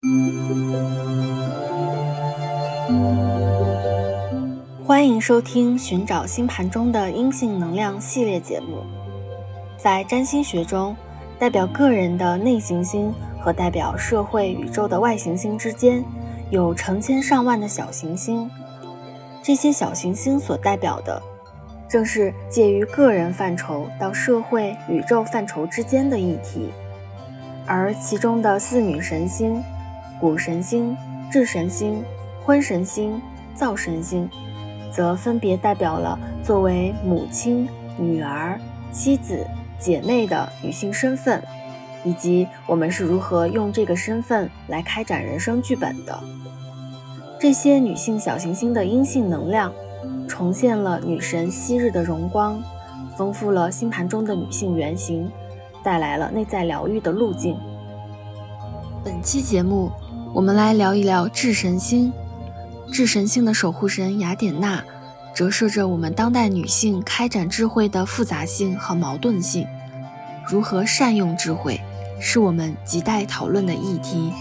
欢迎收听寻找星盘中的阴性能量系列节目。在占星学中，代表个人的内行星和代表社会宇宙的外行星之间有成千上万的小行星，这些小行星所代表的正是介于个人范畴到社会宇宙范畴之间的议题。而其中的4女神星、谷神星、智神星、婚神星、灶神星则分别代表了作为母亲、女儿、妻子、姐妹的女性身份，以及我们是如何用这个身份来开展人生剧本的。这些女性小行星的阴性能量重现了女神昔日的荣光，丰富了星盘中的女性原型，带来了内在疗愈的路径。本期节目我们来聊一聊智神星。智神星的守护神雅典娜折射着我们当代女性开展智慧的复杂性和矛盾性，如何善用智慧是我们亟待讨论的议题。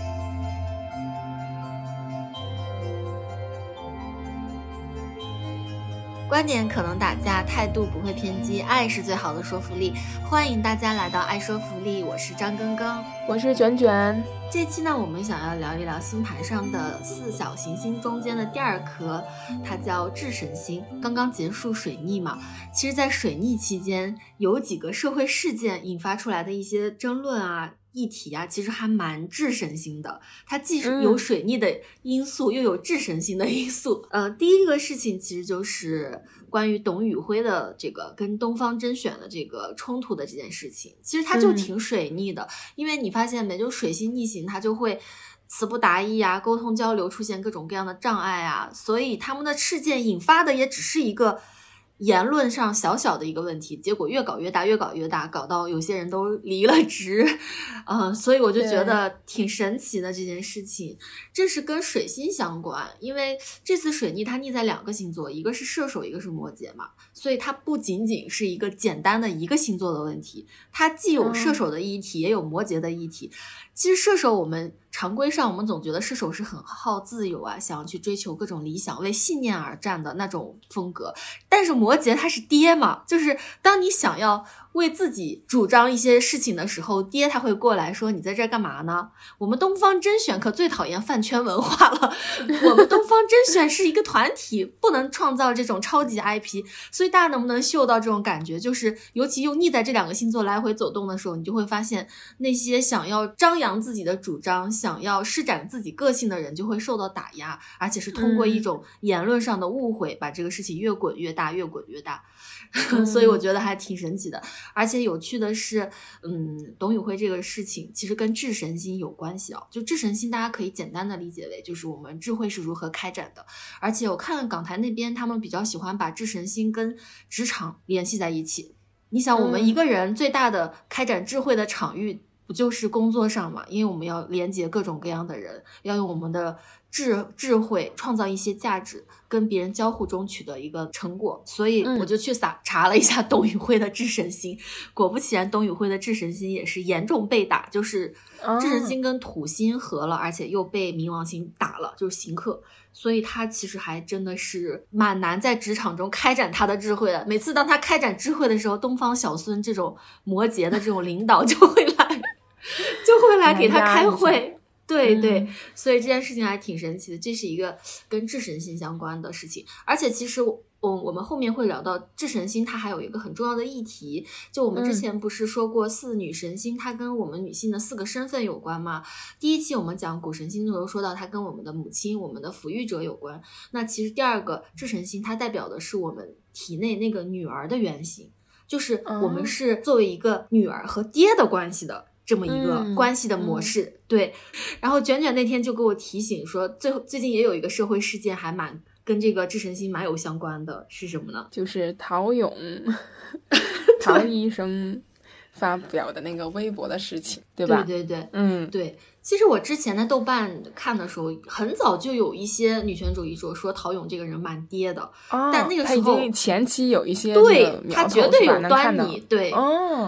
观点可能打架，态度不会偏激，爱是最好的说服力。欢迎大家来到爱说服力，我是张根根， 我是卷卷。 这期呢，我们想要聊一聊星盘上的4小行星中间的第2颗，它叫智神星。刚刚结束水逆嘛，其实在水逆期间有几个社会事件引发出来的一些争论啊、议题啊，其实还蛮智神星的。它既是有水逆的因素，又有智神星的因素。第一个事情其实就是关于董宇辉的这个跟东方甄选的这个冲突的这件事情，其实它就挺水逆的，因为你发现没，就水星逆行，它就会词不达意啊，沟通交流出现各种各样的障碍啊，所以他们的事件引发的也只是一个言论上小小的一个问题，结果越搞越大，越搞越大，搞到有些人都离了职，所以我就觉得挺神奇的这件事情。这是跟水星相关，因为这次水逆它逆在2个星座，一个是射手，一个是摩羯嘛，所以它不仅仅是一个简单的一个星座的问题，它既有射手的议题，也有摩羯的议题。其实射手我们常规上我们总觉得射手是很好自由啊，想要去追求各种理想，为信念而战的那种风格，但是摩羯他是爹嘛，就是当你想要为自己主张一些事情的时候，爹他会过来说你在这干嘛呢？我们东方甄选可最讨厌饭圈文化了，我们东方甄选是一个团体，不能创造这种超级 IP， 所以大家能不能嗅到这种感觉，就是尤其又逆在这2个星座来回走动的时候，你就会发现那些想要张扬自己的主张，想要施展自己个性的人就会受到打压，而且是通过一种言论上的误会，把这个事情越滚越大，越滚越大。所以我觉得还挺神奇的。而且有趣的是董宇辉这个事情其实跟智神星有关系啊。就智神星大家可以简单的理解为就是我们智慧是如何开展的，而且我看港台那边他们比较喜欢把智神星跟职场联系在一起。你想我们一个人最大的开展智慧的场域不就是工作上嘛，因为我们要连接各种各样的人，要用我们的智慧创造一些价值，跟别人交互中取得一个成果。所以我就去查了一下董宇辉的智神星，果不其然董宇辉的智神星也是严重被打，就是智神星跟土星合了，而且又被冥王星打了，就是刑克。所以他其实还真的是蛮难在职场中开展他的智慧的。每次当他开展智慧的时候，东方小孙这种摩羯的这种领导就会来给他开会。对，所以这件事情还挺神奇的，这是一个跟智神星相关的事情。而且其实我们后面会聊到智神星，它还有一个很重要的议题，就我们之前不是说过4女神星它跟我们女性的4个身份有关吗？第一期我们讲谷神星的时候说到它跟我们的母亲，我们的抚育者有关。那其实第2个智神星它代表的是我们体内那个女儿的原型，就是我们是作为一个女儿和爹的关系的这么一个关系的模式。对，然后卷卷那天就给我提醒说最近也有一个社会事件还蛮跟这个智神星蛮有相关的，是什么呢？ 就是陶勇陶医生发表的那个微博的事情，对吧？ 对，对。其实我之前在豆瓣看的时候，很早就有一些女权主义者说陶勇这个人蛮爹的，但那个时候他已经前期有一些对他绝对有端倪，对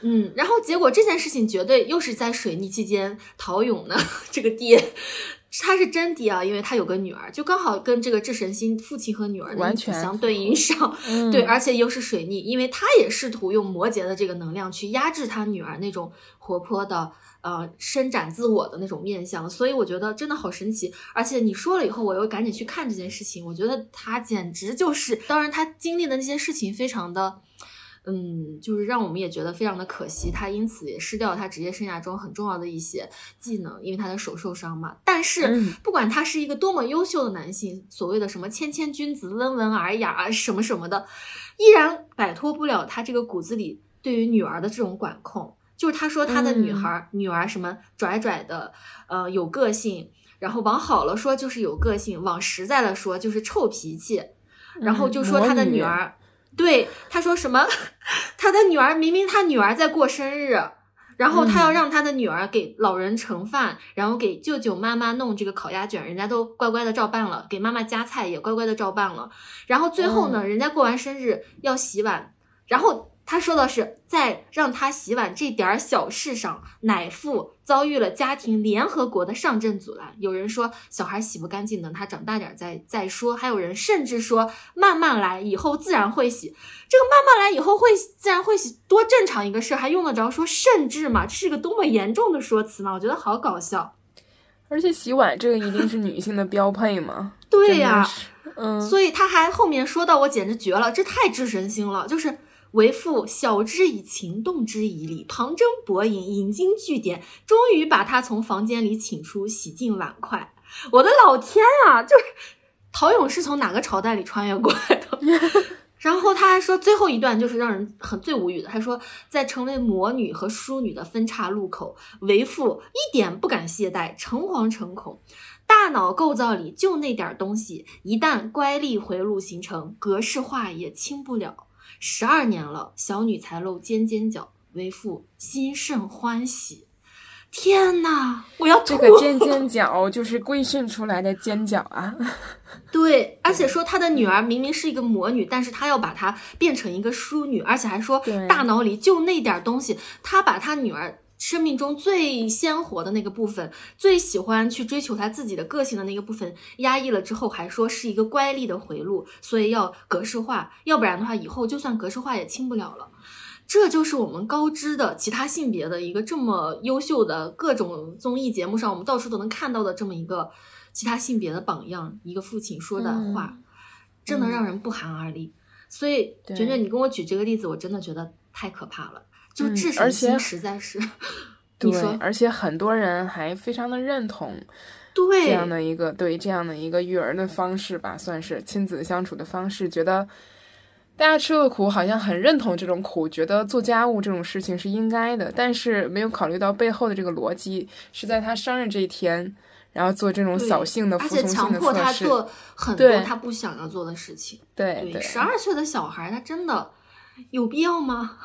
然后结果这件事情绝对又是在水逆期间，陶勇呢这个爹他是真爹啊，因为他有个女儿，就刚好跟这个智神星父亲和女儿的相对应上，对，而且又是水逆，因为他也试图用摩羯的这个能量去压制他女儿那种活泼的伸展自我的那种面相，所以我觉得真的好神奇。而且你说了以后，我又赶紧去看这件事情，我觉得他简直就是，当然他经历的那些事情非常的就是让我们也觉得非常的可惜，他因此也失掉了他职业生涯中很重要的一些技能，因为他的手受伤嘛。但是不管他是一个多么优秀的男性，所谓的什么谦谦君子温文尔雅什么什么的，依然摆脱不了他这个骨子里对于女儿的这种管控。就是他说他的女儿什么拽拽的有个性，然后往好了说就是有个性，往实在了说就是臭脾气，然后就说他的女儿对，他说什么他的女儿明明他女儿在过生日，然后他要让他的女儿给老人盛饭，然后给舅舅妈妈弄这个烤鸭卷，人家都乖乖的照办了，给妈妈夹菜也乖乖的照办了，然后最后呢人家过完生日要洗碗，然后他说的是在让他洗碗这点小事上，乃父遭遇了家庭联合国的上阵阻拦。有人说小孩洗不干净，等他长大点再说，还有人甚至说慢慢来，以后自然会洗。这个慢慢来以后会自然会洗，多正常一个事，还用得着说甚至吗？这是个多么严重的说辞吗？我觉得好搞笑。 而且洗碗这个一定是女性的标配吗？ 对呀，所以他还后面说到，我简直绝了，这太智神星了，就是为父晓之以情，动之以理，旁征博引，引经据典，终于把他从房间里请出，洗净碗筷。我的老天啊，就是陶勇是从哪个朝代里穿越过来的？然后他还说最后一段就是让人最无语的，他说在成为魔女和淑女的分岔路口，为父一点不敢懈怠，诚惶诚恐，大脑构造里就那点东西，一旦乖戾回路形成，格式化也轻不了。12年了，小女才露尖尖角，为父心甚欢喜。天哪，我要吐！ 这个尖尖角就是归顺出来的尖角啊。 对，而且说他的女儿明明是一个魔女，但是他要把她变成一个淑女，而且还说大脑里就那点东西，他把他女儿生命中最鲜活的那个部分，最喜欢去追求他自己的个性的那个部分压抑了之后，还说是一个乖戾的回路，所以要格式化，要不然的话以后就算格式化也轻不了了。这就是我们高知的其他性别的一个这么优秀的各种综艺节目上我们到处都能看到的这么一个其他性别的榜样，一个父亲说的话，真的让人不寒而栗。所以卷卷你跟我举这个例子，我真的觉得太可怕了，就智神星实在是对，而且很多人还非常的认同对这样的一个育儿的方式吧，算是亲子相处的方式，觉得大家吃了苦好像很认同这种苦，觉得做家务这种事情是应该的，但是没有考虑到背后的这个逻辑是在他生日这一天然后做这种扫兴的服从性的测试，而且强迫他做很多他不想要做的事情。 对 ，12岁的小孩他真的有必要吗？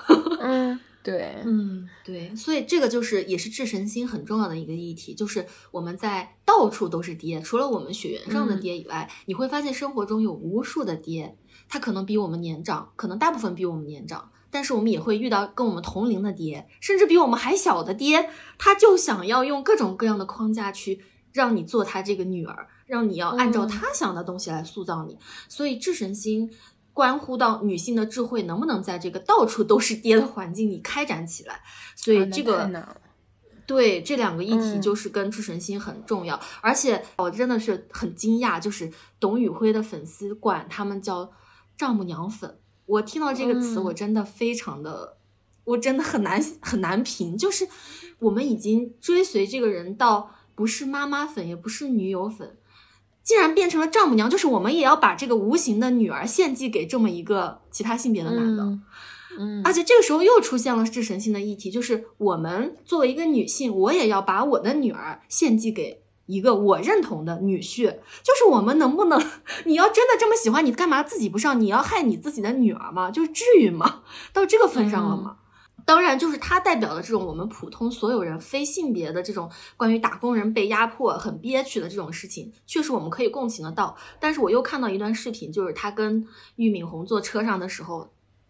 对，所以这个也是智神星很重要的一个议题，就是我们在到处都是爹，除了我们血缘上的爹以外，你会发现生活中有无数的爹，他可能比我们年长，可能大部分比我们年长，但是我们也会遇到跟我们同龄的爹，甚至比我们还小的爹，他就想要用各种各样的框架去让你做他这个女儿，让你要按照他想的东西来塑造你。所以智神星关乎到女性的智慧能不能在这个到处都是爹的环境里开展起来，所以这个对这两个议题就是跟智神星很重要。而且我真的是很惊讶，就是董宇辉的粉丝管他们叫丈母娘粉，我听到这个词我真的非常的我真的很难评，就是我们已经追随这个人到不是妈妈粉也不是女友粉，竟然变成了丈母娘，就是我们也要把这个无形的女儿献祭给这么一个其他性别的男的。而且这个时候又出现了智神性的议题，就是我们作为一个女性，我也要把我的女儿献祭给一个我认同的女婿，就是我们能不能，你要真的这么喜欢，你干嘛自己不上？你要害你自己的女儿吗？就是至于吗？到这个份上了吗？当然就是它代表的这种我们普通所有人非性别的这种关于打工人被压迫很憋屈的这种事情，确实我们可以共情得到。但是我又看到一段视频，就是他跟俞敏洪坐车上的时候，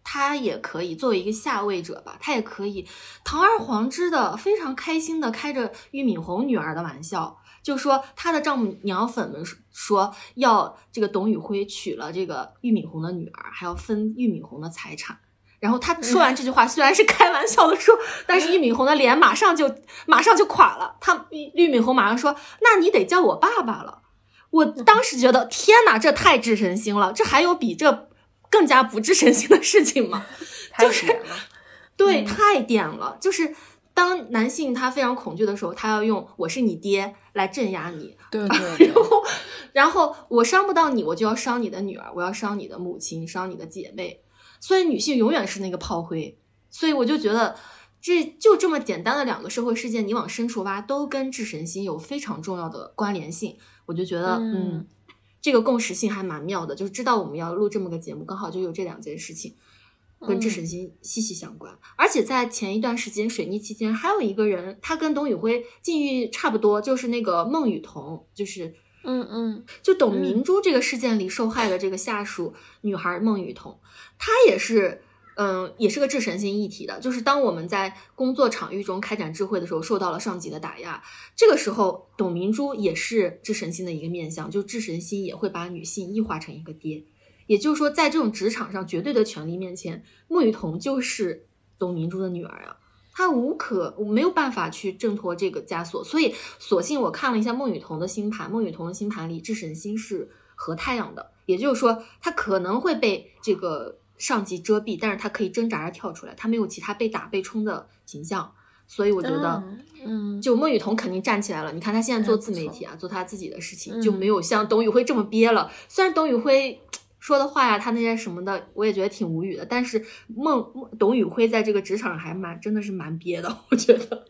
他也可以作为一个下位者吧，他也可以堂而皇之的非常开心的开着俞敏洪女儿的玩笑，就说他的丈母娘粉们说要这个董宇辉娶了这个俞敏洪的女儿，还要分俞敏洪的财产。然后他说完这句话虽然是开玩笑的说，但是俞敏洪的脸马上就垮了，俞敏洪马上说那你得叫我爸爸了。我当时觉得天哪，这太智神心了，这还有比这更加不智神心的事情吗？就是对，太点了。就是当男性他非常恐惧的时候，他要用我是你爹来镇压你， 对对对， 然后我伤不到你，我就要伤你的女儿，我要伤你的母亲，伤你的姐妹。所以女性永远是那个炮灰。所以我就觉得这么简单的2个社会事件，你往深处挖，都跟智神心有非常重要的关联性。我就觉得这个共识性还蛮妙的，就是知道我们要录这么个节目，刚好就有这2件事情跟智神心息息相关。而且在前一段时间水逆期间，还有一个人他跟董宇辉境遇差不多，就是那个孟雨桐，就是就董明珠这个事件里受害的这个下属女孩孟雨桐，她也是个智神心议题的。就是当我们在工作场域中开展智慧的时候，受到了上级的打压，这个时候董明珠也是智神心的一个面向，就智神心也会把女性异化成一个爹。也就是说在这种职场上绝对的权力面前，孟雨桐就是董明珠的女儿啊，她没有办法去挣脱这个枷锁。所以索性我看了一下孟雨桐的星盘，孟雨桐的星盘里智神心是合太阳的，也就是说她可能会被这个上级遮蔽，但是她可以挣扎着跳出来，她没有其他被打被冲的形象。所以我觉得就孟雨桐肯定站起来了。你看她现在做自媒体啊，做她自己的事情，就没有像董宇辉这么憋了。虽然董宇辉说的话呀，他那些什么的我也觉得挺无语的，但是董宇辉在这个职场上还真的是蛮憋的，我觉得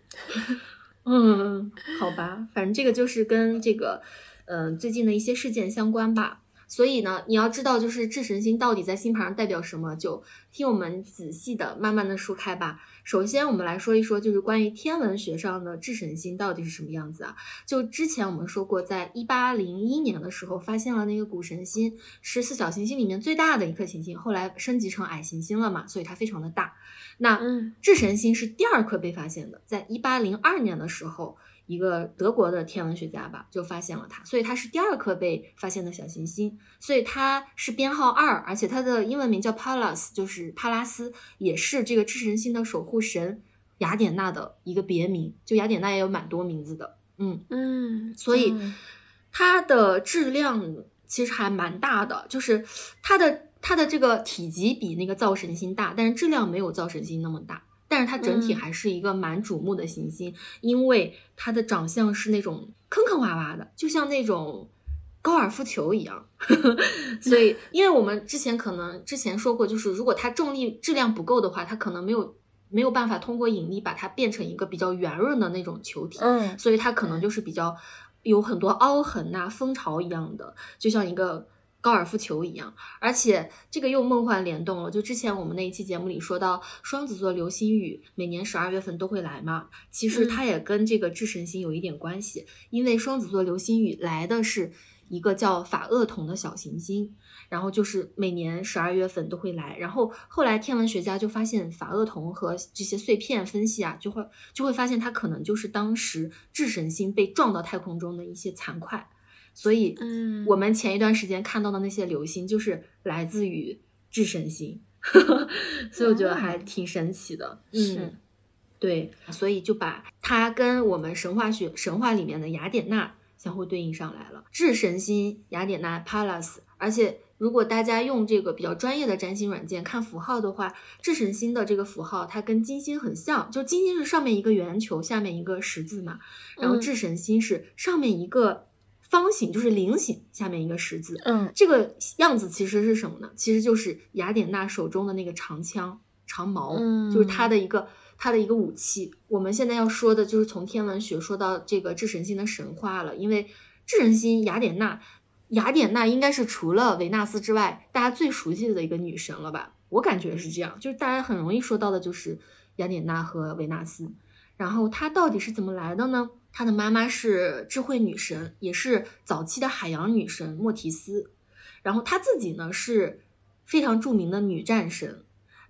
好吧，反正这个就是跟这个最近的一些事件相关吧。所以呢，你要知道就是智神星到底在星盘上代表什么，就听我们仔细的慢慢的梳开吧。首先我们来说一说就是关于天文学上的智神星到底是什么样子啊。就之前我们说过，在1801年的时候发现了那个谷神星，是4小行星里面最大的一颗行星，后来升级成矮行星了嘛，所以它非常的大。那智神星是第2颗被发现的，在1802年的时候，一个德国的天文学家吧就发现了它，所以它是第2颗被发现的小行星，所以它是编号2，而且它的英文名叫 Pallas， 就是帕拉斯，也是这个智神星的守护神雅典娜的一个别名。就雅典娜也有蛮多名字的，所以它的质量其实还蛮大的，就是它的这个体积比那个灶神星大，但是质量没有灶神星那么大。但是它整体还是一个蛮瞩目的行星，因为它的长相是那种坑坑洼洼的，就像那种高尔夫球一样所以因为我们之前说过，就是如果它重力质量不够的话，它可能没有办法通过引力把它变成一个比较圆润的那种球体，所以它可能就是比较有很多凹痕啊，蜂巢一样的，就像一个高尔夫球一样。而且这个又梦幻联动了，就之前我们那一期节目里说到双子座流星雨每年12月份都会来嘛，其实它也跟这个智神星有一点关系，因为双子座流星雨来的是一个叫法厄同的小行星，然后就是每年12月份都会来，然后后来天文学家就发现法厄同和这些碎片分析啊，就会发现它可能就是当时智神星被撞到太空中的一些残块。所以我们前一段时间看到的那些流星就是来自于智神星所以我觉得还挺神奇的。对，所以就把它跟我们神话里面的雅典娜相互对应上来了，智神星雅典娜 Pallas。 而且如果大家用这个比较专业的占星软件看符号的话，智神星的这个符号它跟金星很像，就金星是上面一个圆球下面一个十字嘛，然后智神星是上面一个方形，就是菱形下面一个十字。这个样子其实是什么呢？其实就是雅典娜手中的那个长枪长矛，就是她的一个武器。我们现在要说的就是从天文学说到这个智神星的神话了，因为智神星雅典娜应该是除了维纳斯之外大家最熟悉的一个女神了吧，我感觉是这样，就是大家很容易说到的就是雅典娜和维纳斯。然后她到底是怎么来的呢？她的妈妈是智慧女神，也是早期的海洋女神莫提斯，然后她自己呢是非常著名的女战神。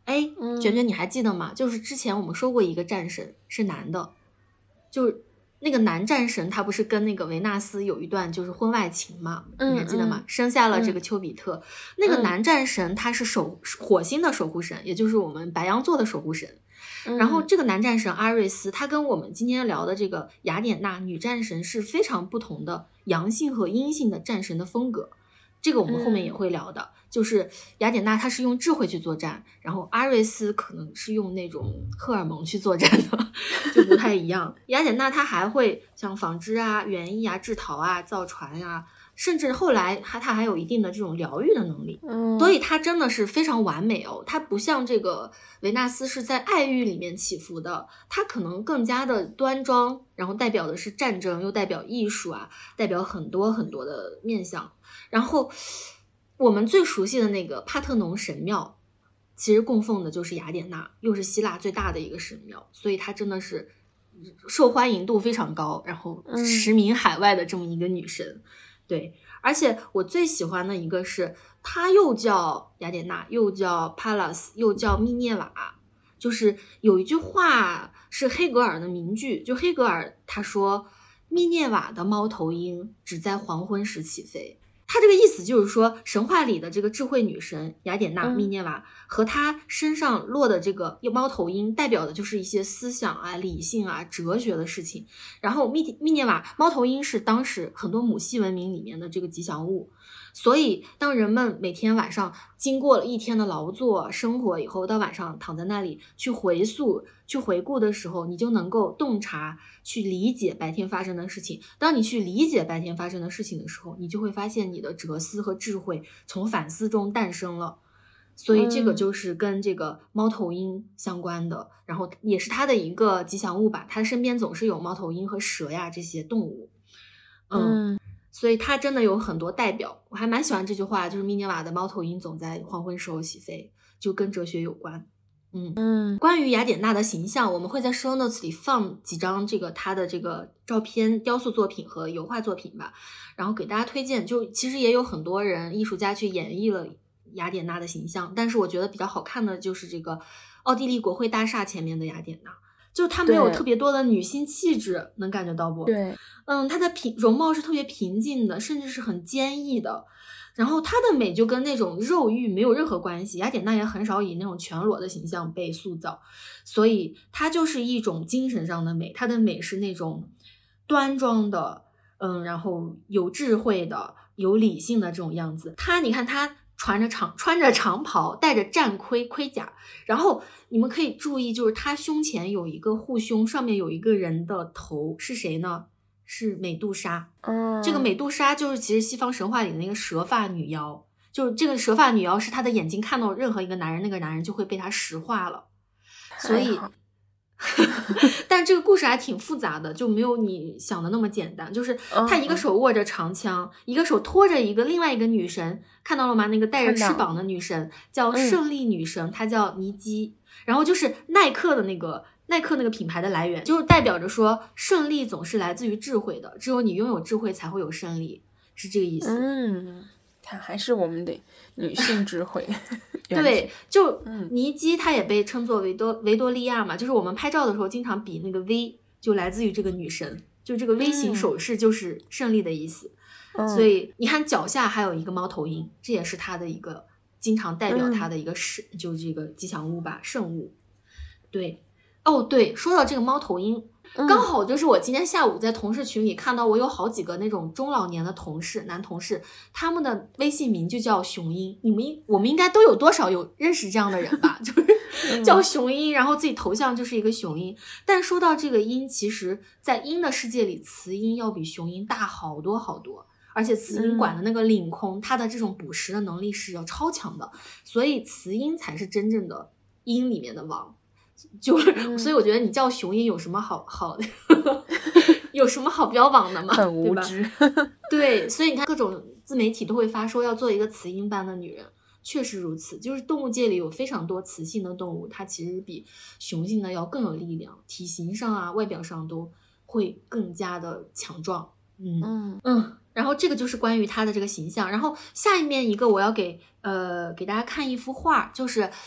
哎，卷卷你还记得吗？就是之前我们说过一个战神是男的，就是那个男战神他不是跟那个维纳斯有一段就是婚外情嘛，你还记得吗？生下了这个丘比特，那个男战神他是火星的守护神，也就是我们白羊座的守护神。然后这个男战神阿瑞斯，他跟我们今天聊的这个雅典娜女战神是非常不同的阳性和阴性的战神的风格，这个我们后面也会聊的。就是雅典娜她是用智慧去作战，然后阿瑞斯可能是用那种荷尔蒙去作战的，就不太一样。雅典娜她还会像纺织啊、园艺啊、制陶啊、造船啊，甚至后来她还有一定的这种疗愈的能力，所以她真的是非常完美哦。她不像这个维纳斯是在爱欲里面起伏的，她可能更加的端庄，然后代表的是战争，又代表艺术啊，代表很多很多的面向。然后我们最熟悉的那个帕特农神庙，其实供奉的就是雅典娜，又是希腊最大的一个神庙，所以她真的是受欢迎度非常高，然后驰名海外的这么一个女神。对，而且我最喜欢的一个是她又叫雅典娜，又叫 Pallas， 又叫密涅瓦。就是有一句话是黑格尔的名句，就黑格尔他说密涅瓦的猫头鹰只在黄昏时起飞。他这个意思就是说，神话里的这个智慧女神雅典娜密涅瓦和她身上落的这个猫头鹰，代表的就是一些思想啊、理性啊、哲学的事情。然后密涅瓦猫头鹰是当时很多母系文明里面的这个吉祥物，所以当人们每天晚上经过了一天的劳作生活以后，到晚上躺在那里去回溯、去回顾的时候，你就能够洞察、去理解白天发生的事情。当你去理解白天发生的事情的时候，你就会发现你的哲思和智慧从反思中诞生了。所以这个就是跟这个猫头鹰相关的，然后也是它的一个吉祥物吧，它身边总是有猫头鹰和蛇呀这些动物。所以它真的有很多代表。我还蛮喜欢这句话，就是密涅瓦的猫头鹰总在黄昏时候起飞，就跟哲学有关。关于雅典娜的形象，我们会在 show notes 里放几张她的这个照片、雕塑作品和油画作品吧，然后给大家推荐。就其实也有很多人艺术家去演绎了雅典娜的形象，但是我觉得比较好看的就是这个奥地利国会大厦前面的雅典娜，就她没有特别多的女性气质，能感觉到不？ 对， 她的容貌是特别平静的，甚至是很坚毅的。然后她的美就跟那种肉欲没有任何关系，雅典娜也很少以那种全裸的形象被塑造，所以她就是一种精神上的美，她的美是那种端庄的，然后有智慧的、有理性的这种样子。你看她穿着长袍，戴着战盔甲，然后你们可以注意，就是她胸前有一个护胸，上面有一个人的头，是谁呢？是美杜莎。这个美杜莎就是其实西方神话里的那个蛇发女妖，就是这个蛇发女妖是她的眼睛看到任何一个男人，那个男人就会被她石化了。所以但这个故事还挺复杂的，就没有你想的那么简单。就是她一个手握着长枪，一个手拖着另外一个女神，看到了吗？那个带着翅膀的女神叫胜利女神，她叫尼基。然后就是耐克那个品牌的来源，就是代表着说胜利总是来自于智慧的，只有你拥有智慧才会有胜利，是这个意思。 看还是我们的女性智慧。 对，就尼基她也被称作维多利亚嘛，就是我们拍照的时候经常比那个 V， 就来自于这个女神，就这个 V 型手势就是胜利的意思。所以你看脚下还有一个猫头鹰，这也是她的一个经常代表她的一个就是这个吉祥物吧，圣物。对。对，说到这个猫头鹰，刚好就是我今天下午在同事群里看到，我有好几个那种中老年的男同事，他们的微信名就叫雄鹰。我们应该都有多少有认识这样的人吧？就是叫雄鹰，然后自己头像就是一个雄鹰。但说到这个鹰，其实在鹰的世界里，雌鹰要比雄鹰大好多好多。而且雌鹰管的那个领空，它的这种捕食的能力是要超强的，所以雌鹰才是真正的鹰里面的王。所以我觉得你叫雄鹰有什么好有什么好标榜的吗？ 很无知。 对，所以你看各种自媒体都会发说要做一个雌鹰般的女人，确实如此。就是动物界里有非常多雌性的动物，它其实比雄性的要更有力量，体型上啊、外表上都会更加的强壮。然后这个就是关于它的这个形象。然后下面一个我要给大家看一幅画，就是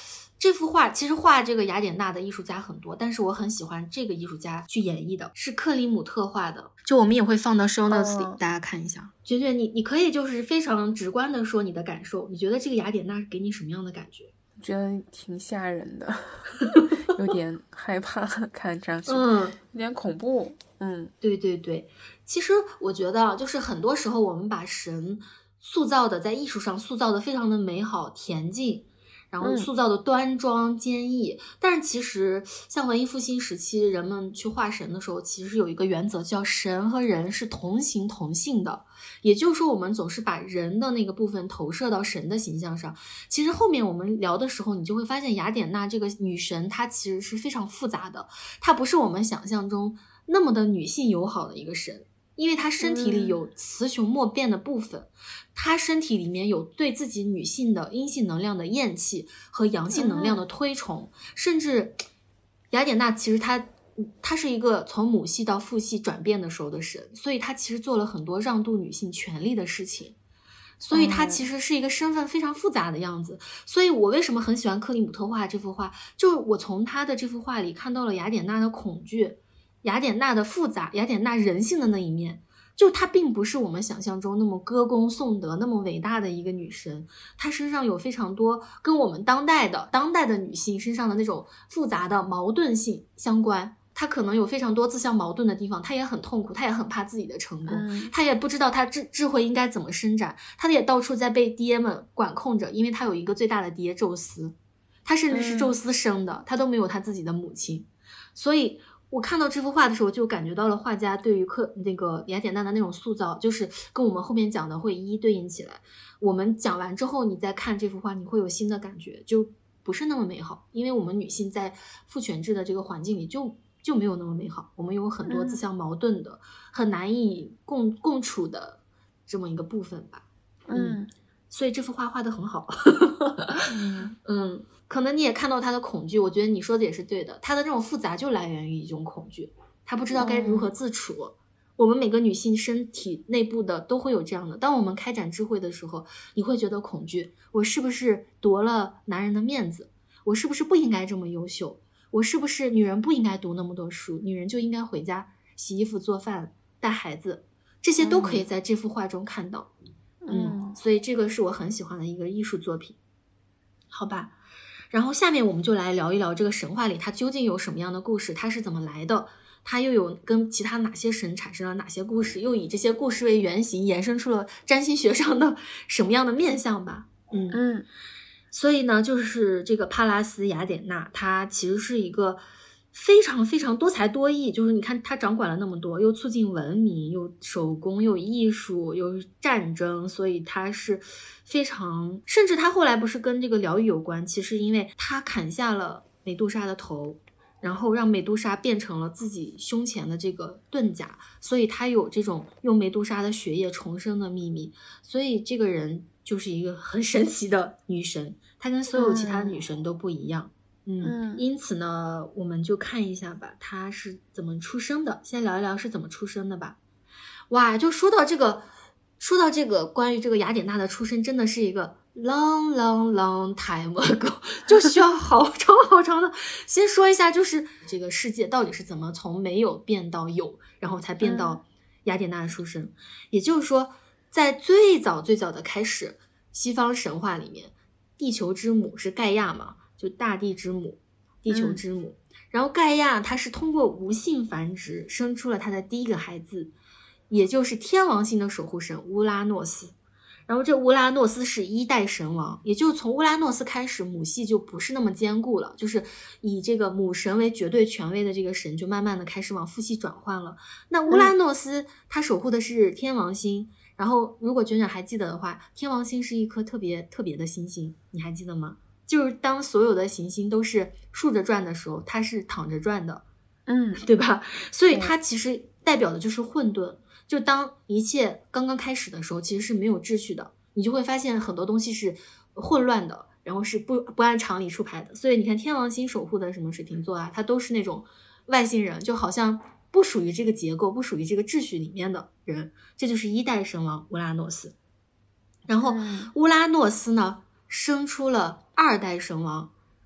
这幅画其实画这个雅典娜的艺术家很多，但是我很喜欢这个艺术家去演绎的，是克里姆特画的，就我们也会放到 show notes 里，大家看一下。觉得你可以就是非常直观的说你的感受，你觉得这个雅典娜给你什么样的感觉？ 我觉得挺吓人的，有点害怕，看上去有点恐怖。 对对对，其实我觉得就是很多时候我们把神塑造的在艺术上塑造的非常的美好恬静，然后塑造的端庄坚毅，但是其实像文艺复兴时期人们去画神的时候，其实有一个原则叫神和人是同形同性的，也就是说我们总是把人的那个部分投射到神的形象上。其实后面我们聊的时候，你就会发现雅典娜这个女神她其实是非常复杂的，她不是我们想象中那么的女性友好的一个神，因为她身体里有雌雄莫辨的部分，她身体里面有对自己女性的阴性能量的厌弃和阳性能量的推崇，甚至雅典娜其实她是一个从母系到父系转变的时候的神，所以她其实做了很多让渡女性权利的事情，所以她其实是一个身份非常复杂的样子。所以我为什么很喜欢克里姆特画这幅画，就是我从她的这幅画里看到了雅典娜的恐惧，雅典娜的复杂，雅典娜人性的那一面，就她并不是我们想象中那么歌功颂德那么伟大的一个女神，她身上有非常多跟我们当代的女性身上的那种复杂的矛盾性相关，她可能有非常多自相矛盾的地方，她也很痛苦，她也很怕自己的成功，她也不知道她智慧应该怎么伸展，她也到处在被爹们管控着，因为她有一个最大的爹宙斯，她甚至是宙斯生的，她都没有她自己的母亲。所以我看到这幅画的时候，就感觉到了画家对于那个雅典娜的那种塑造，就是跟我们后面讲的会一一对应起来。我们讲完之后，你再看这幅画，你会有新的感觉，就不是那么美好，因为我们女性在父权制的这个环境里就没有那么美好，我们有很多自相矛盾的、很难以共处的这么一个部分吧。所以这幅画画得很好。可能你也看到他的恐惧，我觉得你说的也是对的，他的这种复杂就来源于一种恐惧，他不知道该如何自处。我们每个女性身体内部的都会有这样的，当我们开展智慧的时候，你会觉得恐惧，我是不是夺了男人的面子，我是不是不应该这么优秀，我是不是女人不应该读那么多书，女人就应该回家洗衣服做饭带孩子，这些都可以在这幅画中看到。所以这个是我很喜欢的一个艺术作品。好吧，然后下面我们就来聊一聊这个神话里它究竟有什么样的故事，它是怎么来的，它又有跟其他哪些神产生了哪些故事，又以这些故事为原型延伸出了占星学上的什么样的面向吧。所以呢，就是这个帕拉斯雅典娜，它其实是一个非常非常多才多艺，就是你看他掌管了那么多，又促进文明，又手工，又艺术，又战争，所以他是非常，甚至他后来不是跟这个疗愈有关，其实因为他砍下了美杜莎的头，然后让美杜莎变成了自己胸前的这个盾甲，所以他有这种用美杜莎的血液重生的秘密，所以这个人就是一个很神奇的女神，她跟所有其他的女神都不一样。因此呢，我们就看一下吧，她是怎么出生的。先聊一聊是怎么出生的吧。哇，就说到这个关于这个雅典娜的出生，真的是一个 long time ago， 就需要好长好长的。先说一下，就是这个世界到底是怎么从没有变到有，然后才变到雅典娜的出生。也就是说，在最早的开始，西方神话里面，地球之母是盖亚嘛。就大地之母，地球之母。然后盖亚她是通过无性繁殖生出了她的第一个孩子，也就是天王星的守护神乌拉诺斯。然后这乌拉诺斯是一代神王，也就是从乌拉诺斯开始，母系就不是那么坚固了，就是以这个母神为绝对权威的这个神就慢慢的开始往父系转换了。那乌拉诺斯他守护的是天王星，然后如果卷卷还记得的话，天王星是一颗特别的星星，你还记得吗？就是当所有的行星都是竖着转的时候，它是躺着转的，对吧？所以它其实代表的就是混沌。就当一切刚刚开始的时候，其实是没有秩序的，你就会发现很多东西是混乱的，然后是不按常理出牌的。所以你看天王星守护的什么水瓶座啊，它都是那种外星人，就好像不属于这个结构，不属于这个秩序里面的人。这就是一代神王乌拉诺斯。然后乌拉诺斯呢生出了二代神王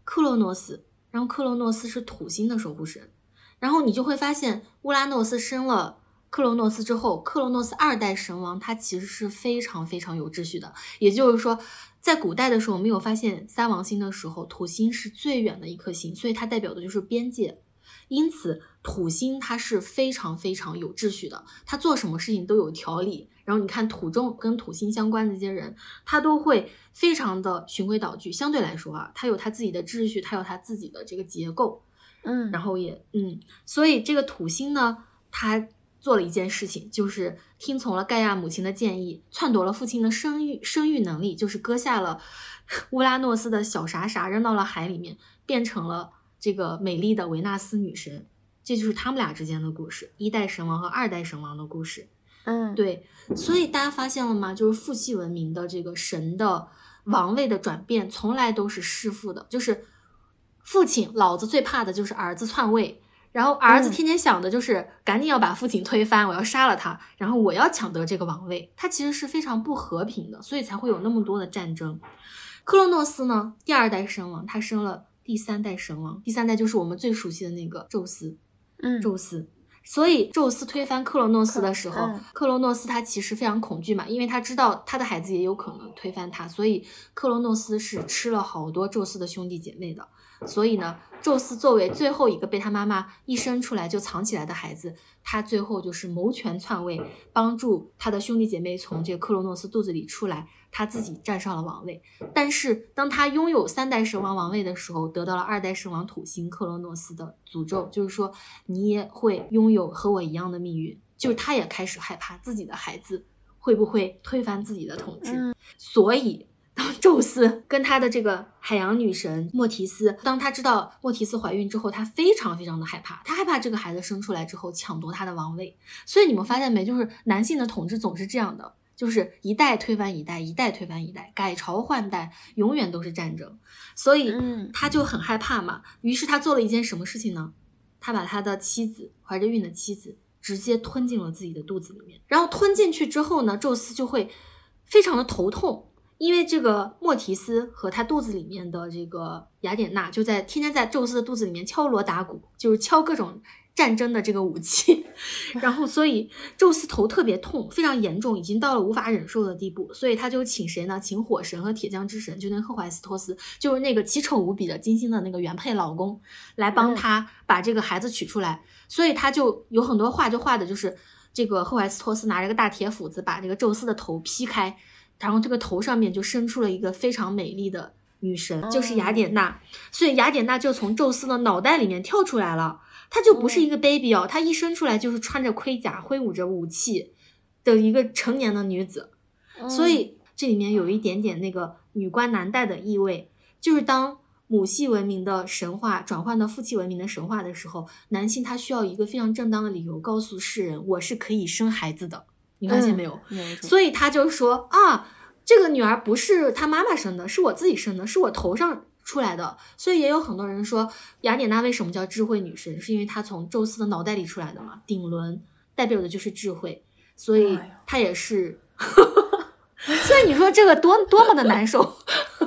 克洛诺斯，然后克洛诺斯是土星的守护神。然后你就会发现乌拉诺斯生了克洛诺斯之后，克洛诺斯2代神王他其实是非常非常有秩序的。也就是说在古代的时候，我们有发现3王星的时候，土星是最远的一颗星，所以它代表的就是边界。因此土星它是非常非常有秩序的，它做什么事情都有条理。然后你看土中跟土星相关的这些人，他都会非常的循规蹈矩，相对来说啊，他有他自己的秩序，他有他自己的这个结构。然后所以这个土星呢，他做了一件事情，就是听从了盖亚母亲的建议，篡夺了父亲的生育能力，就是割下了乌拉诺斯的小傻傻扔到了海里面，变成了这个美丽的维纳斯女神。这就是他们俩之间的故事，1代神王和2代神王的故事。对，所以大家发现了吗？就是父系文明的这个神的王位的转变从来都是弑父的，就是父亲老子最怕的就是儿子篡位，然后儿子天天想的就是赶紧要把父亲推翻，我要杀了他，然后我要抢得这个王位。他其实是非常不和平的，所以才会有那么多的战争。克洛诺斯呢，第2代神王，他生了第3代神王，第3代就是我们最熟悉的那个宙斯。宙斯。所以宙斯推翻克洛诺斯的时候，克洛诺斯他其实非常恐惧嘛，因为他知道他的孩子也有可能推翻他，所以克洛诺斯是吃了好多宙斯的兄弟姐妹的。所以呢，宙斯作为最后一个被他妈妈一生出来就藏起来的孩子，他最后就是谋权篡位，帮助他的兄弟姐妹从这个克洛诺斯肚子里出来，他自己站上了王位。但是当他拥有3代神王王位的时候，得到了2代神王土星克洛诺斯的诅咒，就是说你也会拥有和我一样的命运。就是他也开始害怕自己的孩子会不会推翻自己的统治。所以当宙斯跟他的这个海洋女神莫提斯，当他知道莫提斯怀孕之后，他非常非常的害怕，他害怕这个孩子生出来之后抢夺他的王位。所以你们发现没，就是男性的统治总是这样的，就是一代推翻一代，一代推翻一代，改朝换代，永远都是战争。所以他就很害怕嘛，于是他做了一件什么事情呢？他把他的妻子，怀着孕的妻子直接吞进了自己的肚子里面。然后吞进去之后呢，宙斯就会非常的头痛，因为这个莫提斯和他肚子里面的这个雅典娜就天天在宙斯的肚子里面敲锣打鼓，就是敲各种战争的这个武器。然后所以宙斯头特别痛，非常严重，已经到了无法忍受的地步。所以他就请谁呢？请火神和铁匠之神，就那赫淮斯托斯，就是那个奇丑无比的金星的那个原配老公，来帮他把这个孩子取出来。所以他就有很多画，就画的就是这个赫淮斯托斯拿着个大铁斧子把这个宙斯的头劈开，然后这个头上面就生出了一个非常美丽的女神，就是雅典娜。所以雅典娜就从宙斯的脑袋里面跳出来了，她就不是一个 baby 哦，她一生出来就是穿着盔甲挥舞着武器的一个成年的女子。所以这里面有一点点那个女官男戴的意味，就是当母系文明的神话转换到父系文明的神话的时候，男性他需要一个非常正当的理由告诉世人我是可以生孩子的。你发现没有？所以他就说啊，这个女儿不是他妈妈生的，是我自己生的，是我头上出来的。所以也有很多人说雅典娜为什么叫智慧女神，是因为她从宙斯的脑袋里出来的嘛，顶轮代表的就是智慧，所以她也是所以你说这个多么的难受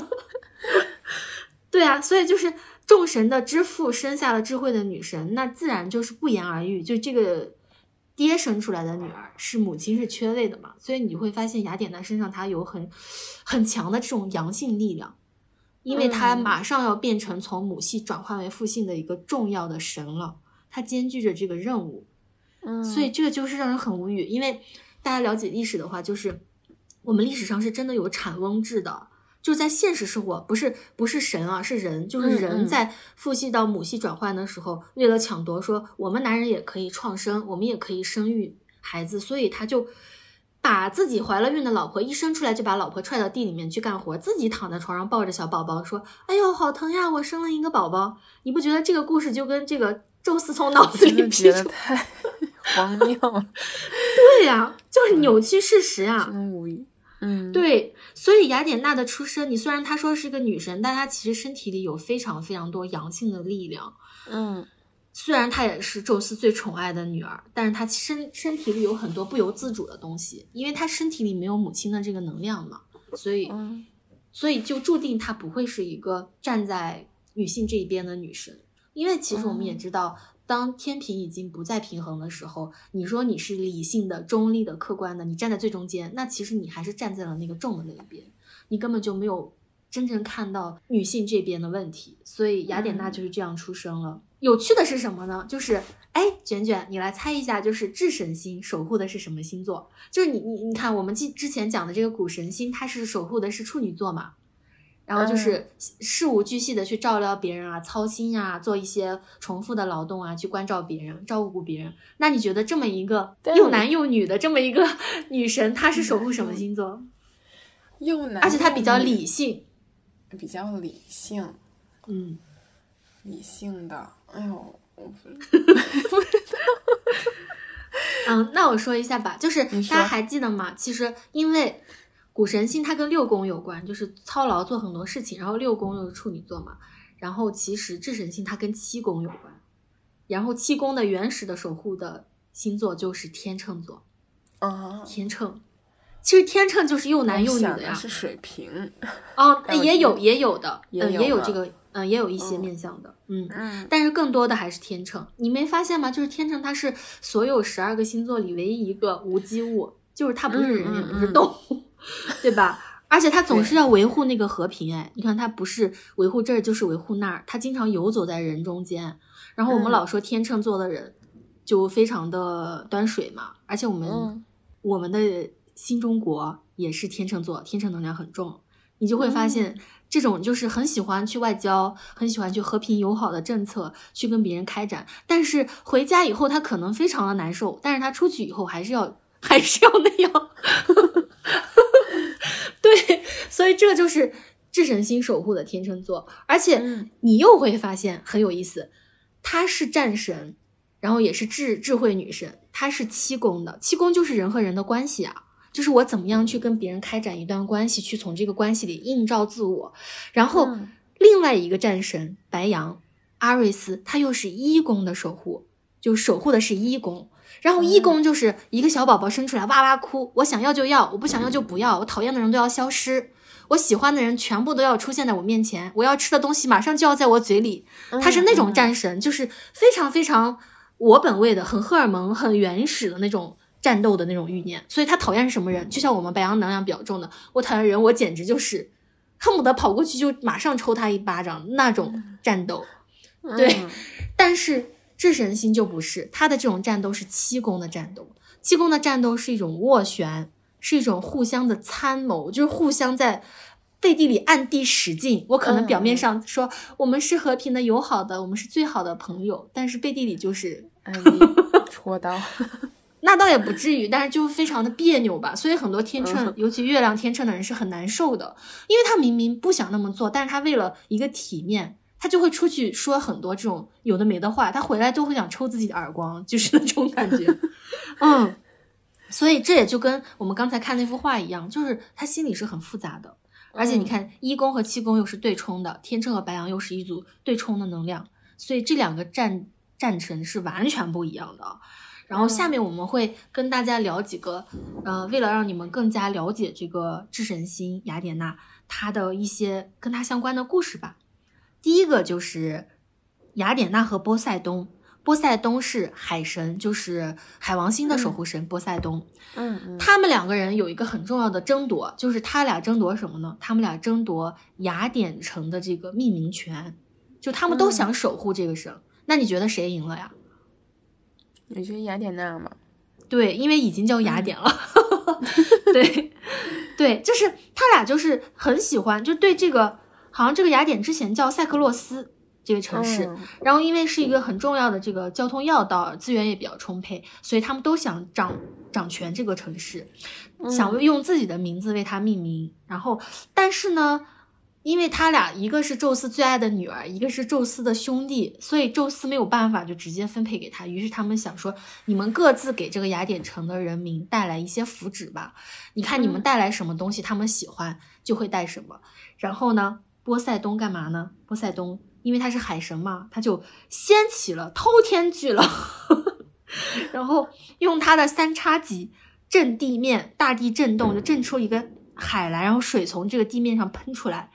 对啊，所以就是众神的之父生下了智慧的女神，那自然就是不言而喻，就这个爹生出来的女儿是母亲是缺位的嘛，所以你会发现雅典娜身上她有很强的这种阳性力量，因为她马上要变成从母系转换为父性的一个重要的神了，她兼具着这个任务。所以这个就是让人很无语，因为大家了解历史的话，就是我们历史上是真的有产翁制的，就在现实生活，不是神啊，是人，就是人在父系到母系转换的时候，为了抢夺说我们男人也可以创生，我们也可以生育孩子，所以他就把自己怀了孕的老婆一生出来就把老婆踹到地里面去干活，自己躺在床上抱着小宝宝说哎呦好疼呀，我生了一个宝宝。你不觉得这个故事就跟这个宙斯从脑子里劈出太荒谬了对呀，就是扭曲事实啊， 真无语。 对，所以雅典娜的出生，你虽然她说是个女神，但她其实身体里有非常非常多阳性的力量。虽然她也是宙斯最宠爱的女儿，但是她身体里有很多不由自主的东西，因为她身体里没有母亲的这个能量嘛，所以就注定她不会是一个站在女性这一边的女神。因为其实我们也知道，当天平已经不再平衡的时候，你说你是理性的、中立的、客观的，你站在最中间，那其实你还是站在了那个重的那一边，你根本就没有真正看到女性这边的问题。所以雅典娜就是这样出生了。有趣的是什么呢？就是卷卷，你来猜一下，就是智神星守护的是什么星座？就是你看，我们之前讲的这个谷神星，它是守护的是处女座嘛，然后就是事无巨细的去照料别人啊，操心啊，做一些重复的劳动啊，去关照别人，照顾别人。那你觉得这么一个又男又女的这么一个女神，她是守护什么星座？ 又男， 而且她比较理性， 比较理性，理性的。哎呦，我不知道。 那我说一下吧，就是大家还记得吗？其实因为谷神星它跟六宫有关，就是操劳做很多事情，然后六宫又是处女座嘛，然后其实智神星它跟七宫有关，然后七宫的原始的守护的星座就是天秤座。天秤，其实天秤就是又男又女的呀。 是水瓶。 也有的，也有这个，也有一些面向的，但是更多的还是天秤。你没发现吗？就是天秤它是所有12个星座里唯一一个无机物，就是它不是人也不是动物，对吧？而且它总是要维护那个和平。你看它不是维护这儿就是维护那儿，它经常游走在人中间。然后我们老说天秤座的人就非常的端水嘛，而且我们的新中国也是天秤座，天秤能量很重。你就会发现这种就是很喜欢去外交，很喜欢去和平友好的政策去跟别人开展，但是回家以后他可能非常的难受，但是他出去以后还是要那样对，所以这就是智神星守护的天秤座。而且你又会发现很有意思，他是战神，然后也是智慧女神，他是七宫的。七宫就是人和人的关系啊，就是我怎么样去跟别人开展一段关系，去从这个关系里映照自我。然后另外一个战神白羊阿瑞斯，他又是一宫的守护，就守护的是一宫。然后一宫就是一个小宝宝生出来哇哇哭，我想要就要，我不想要就不要，我讨厌的人都要消失，我喜欢的人全部都要出现在我面前，我要吃的东西马上就要在我嘴里。他是那种战神，就是非常非常我本位的，很荷尔蒙很原始的那种战斗的那种欲念。所以他讨厌什么人，就像我们白羊能量比较重的，我讨厌人我简直就是恨不得跑过去就马上抽他一巴掌那种战斗。对，但是智神星就不是，他的这种战斗是七宫的战斗。七宫的战斗是一种斡旋，是一种互相的参谋，就是互相在背地里暗地使劲。我可能表面上说我们是和平的友好的，我们是最好的朋友，但是背地里就是戳刀那倒也不至于，但是就非常的别扭吧。所以很多天秤尤其月亮天秤的人是很难受的，因为他明明不想那么做，但是他为了一个体面，他就会出去说很多这种有的没的话，他回来都会想抽自己的耳光，就是那种感觉所以这也就跟我们刚才看那幅画一样，就是他心里是很复杂的。而且你看一宫和七宫又是对冲的，天秤和白羊又是一组对冲的能量，所以这两个战神是完全不一样的。然后下面我们会跟大家聊几个为了让你们更加了解这个智神星雅典娜她的一些跟她相关的故事吧。第一个就是雅典娜和波塞冬。波塞冬是海神，就是海王星的守护神波塞冬。他们两个人有一个很重要的争夺，就是他俩争夺什么呢？他们俩争夺雅典城的这个命名权，就他们都想守护这个城。那你觉得谁赢了呀？ 我觉得雅典娜嘛。 对，因为已经叫雅典了对，就是他俩就是很喜欢，就对这个好像这个雅典之前叫塞克洛斯这个城市，然后因为是一个很重要的这个交通要道，资源也比较充沛，所以他们都想掌权这个城市，想用自己的名字为它命名。然后但是呢，因为他俩一个是宙斯最爱的女儿，一个是宙斯的兄弟，所以宙斯没有办法就直接分配给他，于是他们想说你们各自给这个雅典城的人民带来一些福祉吧，你看你们带来什么东西他们喜欢就会带什么。然后呢，波塞冬干嘛呢？波塞冬因为他是海神嘛，他就掀起了偷天巨浪然后用他的三叉戟震地面，大地震动，就震出一个海来，然后水从这个地面上喷出来，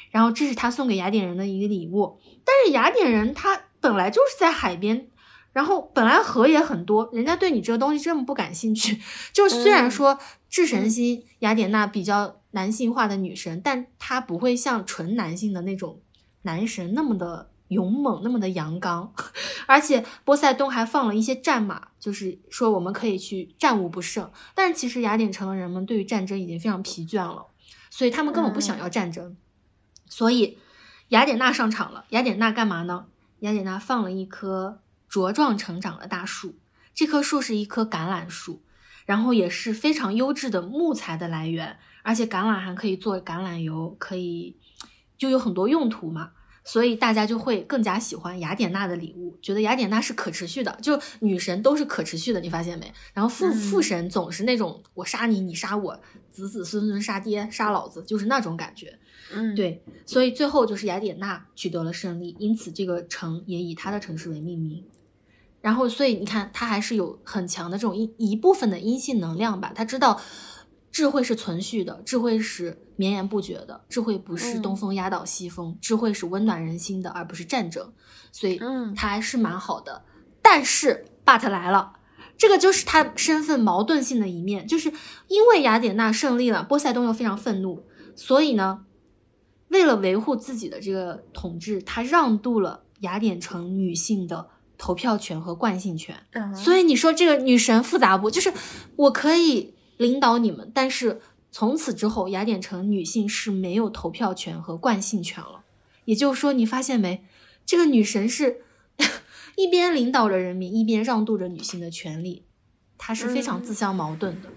然后这是他送给雅典人的一个礼物。但是雅典人他本来就是在海边，然后本来河也很多，人家对你这个东西这么不感兴趣。就虽然说智神星雅典娜比较男性化的女神，但她不会像纯男性的那种男神那么的勇猛，那么的阳刚。而且波塞冬还放了一些战马，就是说我们可以去战无不胜。但是其实雅典城的人们对于战争已经非常疲倦了，所以他们根本不想要战争。所以雅典娜上场了。雅典娜干嘛呢？雅典娜放了一棵茁壮成长的大树，这棵树是一棵橄榄树，然后也是非常优质的木材的来源，而且橄榄还可以做橄榄油，可以就有很多用途嘛。所以大家就会更加喜欢雅典娜的礼物，觉得雅典娜是可持续的，就女神都是可持续的，你发现没？然后父神总是那种我杀你，你杀我，子子孙孙杀爹杀老子，就是那种感觉。对，所以最后就是雅典娜取得了胜利，因此这个城也以她的城市为命名。然后所以你看她还是有很强的这种一部分的阴性能量吧，她知道智慧是存续的，智慧是绵延不绝的，智慧不是东风压倒西风，智慧是温暖人心的，而不是战争。所以他还是蛮好的。但是 but 来了，这个就是他身份矛盾性的一面，就是因为雅典娜胜利了，波塞冬又非常愤怒，所以呢为了维护自己的这个统治，他让渡了雅典城女性的投票权和惯性权。所以你说这个女神复杂不？就是我可以领导你们，但是从此之后雅典城女性是没有投票权和惯性权了。也就是说你发现没，这个女神是一边领导着人民，一边让渡着女性的权利，她是非常自相矛盾的。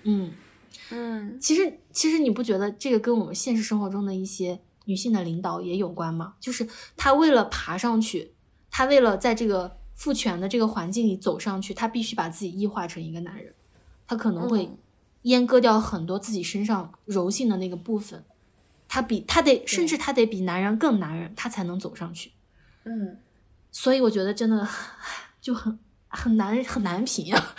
其实你不觉得这个跟我们现实生活中的一些女性的领导也有关吗？就是她为了爬上去，她为了在这个父权的这个环境里走上去，她必须把自己异化成一个男人，她可能会阉割掉很多自己身上柔性的那个部分，甚至她得比男人更男人，她才能走上去。所以我觉得真的就很难评啊。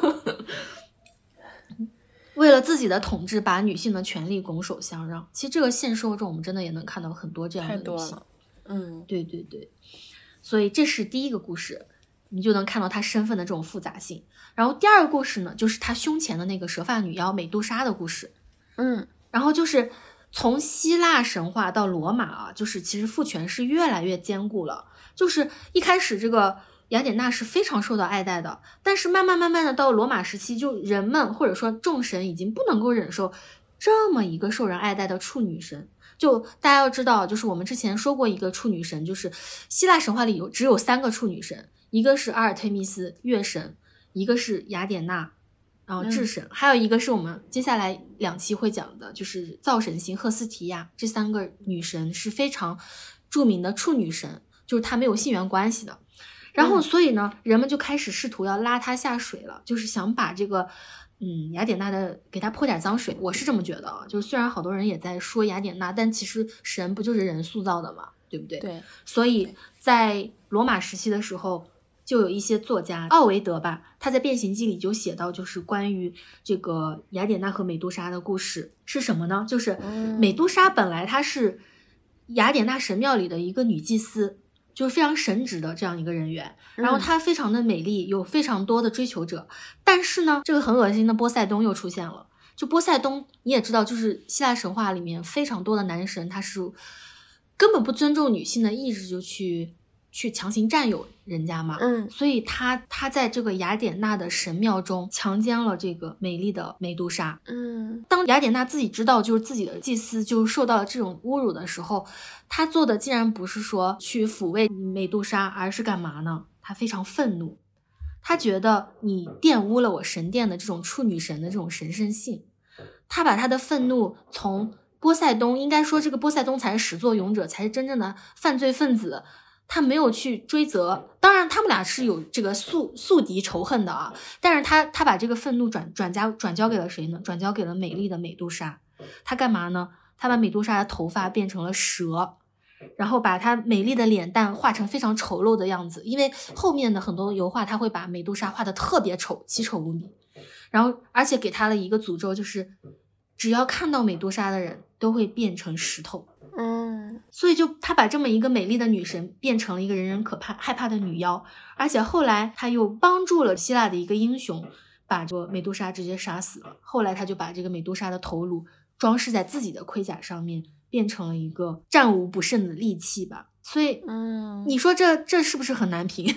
为了自己的统治，把女性的权利拱手相让。其实这个现实生活中我们真的也能看到很多这样的女性。太多了。对对对。所以这是第一个故事，你就能看到她身份的这种复杂性。然后第二个故事呢，就是她胸前的那个蛇发女妖美杜莎的故事。然后就是从希腊神话到罗马啊，就是其实父权是越来越坚固了。就是一开始这个雅典娜是非常受到爱戴的，但是慢慢的到罗马时期，就人们或者说众神已经不能够忍受这么一个受人爱戴的处女神。就大家要知道，就是我们之前说过一个处女神，就是希腊神话里只有3个处女神，一个是阿尔忒弥斯月神，一个是雅典娜然后智神，还有一个是我们接下来2期会讲的，就是灶神星赫斯提亚。这3个女神是非常著名的处女神，就是她没有性缘关系的。然后所以呢，人们就开始试图要拉她下水了，就是想把这个雅典娜的给她泼点脏水。我是这么觉得啊，就是虽然好多人也在说雅典娜，但其实神不就是人塑造的嘛，对不对？对。所以在罗马时期的时候，就有一些作家，奥维德吧，他在《变形记》里就写到，就是关于这个雅典娜和美杜莎的故事是什么呢？就是美杜莎本来她是雅典娜神庙里的一个女祭司，就是非常神职的这样一个人员，然后她非常的美丽，有非常多的追求者。但是呢，这个很恶心的波塞冬又出现了。就波塞冬你也知道，就是希腊神话里面非常多的男神，他是根本不尊重女性的意志，就去强行占有人家嘛。所以他在这个雅典娜的神庙中强奸了这个美丽的美杜莎。当雅典娜自己知道就是自己的祭司就受到了这种侮辱的时候，他做的竟然不是说去抚慰美杜莎，而是干嘛呢？他非常愤怒，他觉得你玷污了我神殿的这种处女神的这种神圣性。他把他的愤怒从波塞冬，应该说这个波塞冬才是始作俑者，才是真正的犯罪分子，他没有去追责。当然他们俩是有这个宿敌仇恨的啊，但是他把这个愤怒转交给了谁呢？转交给了美丽的美杜莎。他干嘛呢？他把美杜莎的头发变成了蛇，然后把她美丽的脸蛋画成非常丑陋的样子。因为后面的很多油画他会把美杜莎画得特别丑，奇丑无比。然后而且给他了一个诅咒，就是只要看到美杜莎的人都会变成石头。 所以就他把这么一个美丽的女神变成了一个人人可怕害怕的女妖，而且后来他又帮助了希腊的一个英雄把这个美杜莎直接杀死了。后来他就把这个美杜莎的头颅装饰在自己的盔甲上面，变成了一个战无不胜的利器吧。所以你说这是不是很难评？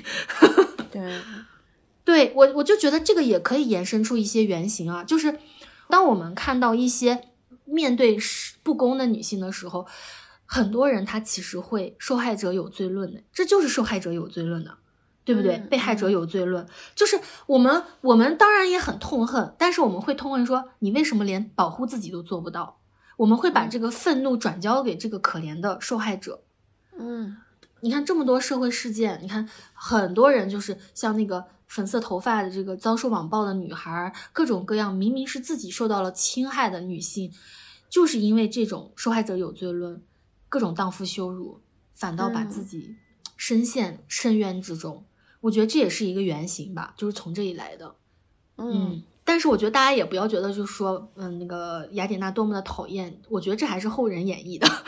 对，我就觉得这个也可以延伸出一些原型啊，就是当我们看到一些面对不公的女性的时候，很多人他其实会受害者有罪论的，这就是受害者有罪论的，对不对？被害者有罪论，就是我们当然也很痛恨，但是我们会痛恨说你为什么连保护自己都做不到？我们会把这个愤怒转交给这个可怜的受害者。你看这么多社会事件，你看很多人就是像那个粉色头发的这个遭受网暴的女孩，各种各样明明是自己受到了侵害的女性，就是因为这种受害者有罪论，各种荡妇羞辱，反倒把自己深陷深渊之中。我觉得这也是一个原型吧，就是从这里来的。但是我觉得大家也不要觉得就是说那个雅典娜多么的讨厌，我觉得这还是后人演绎的。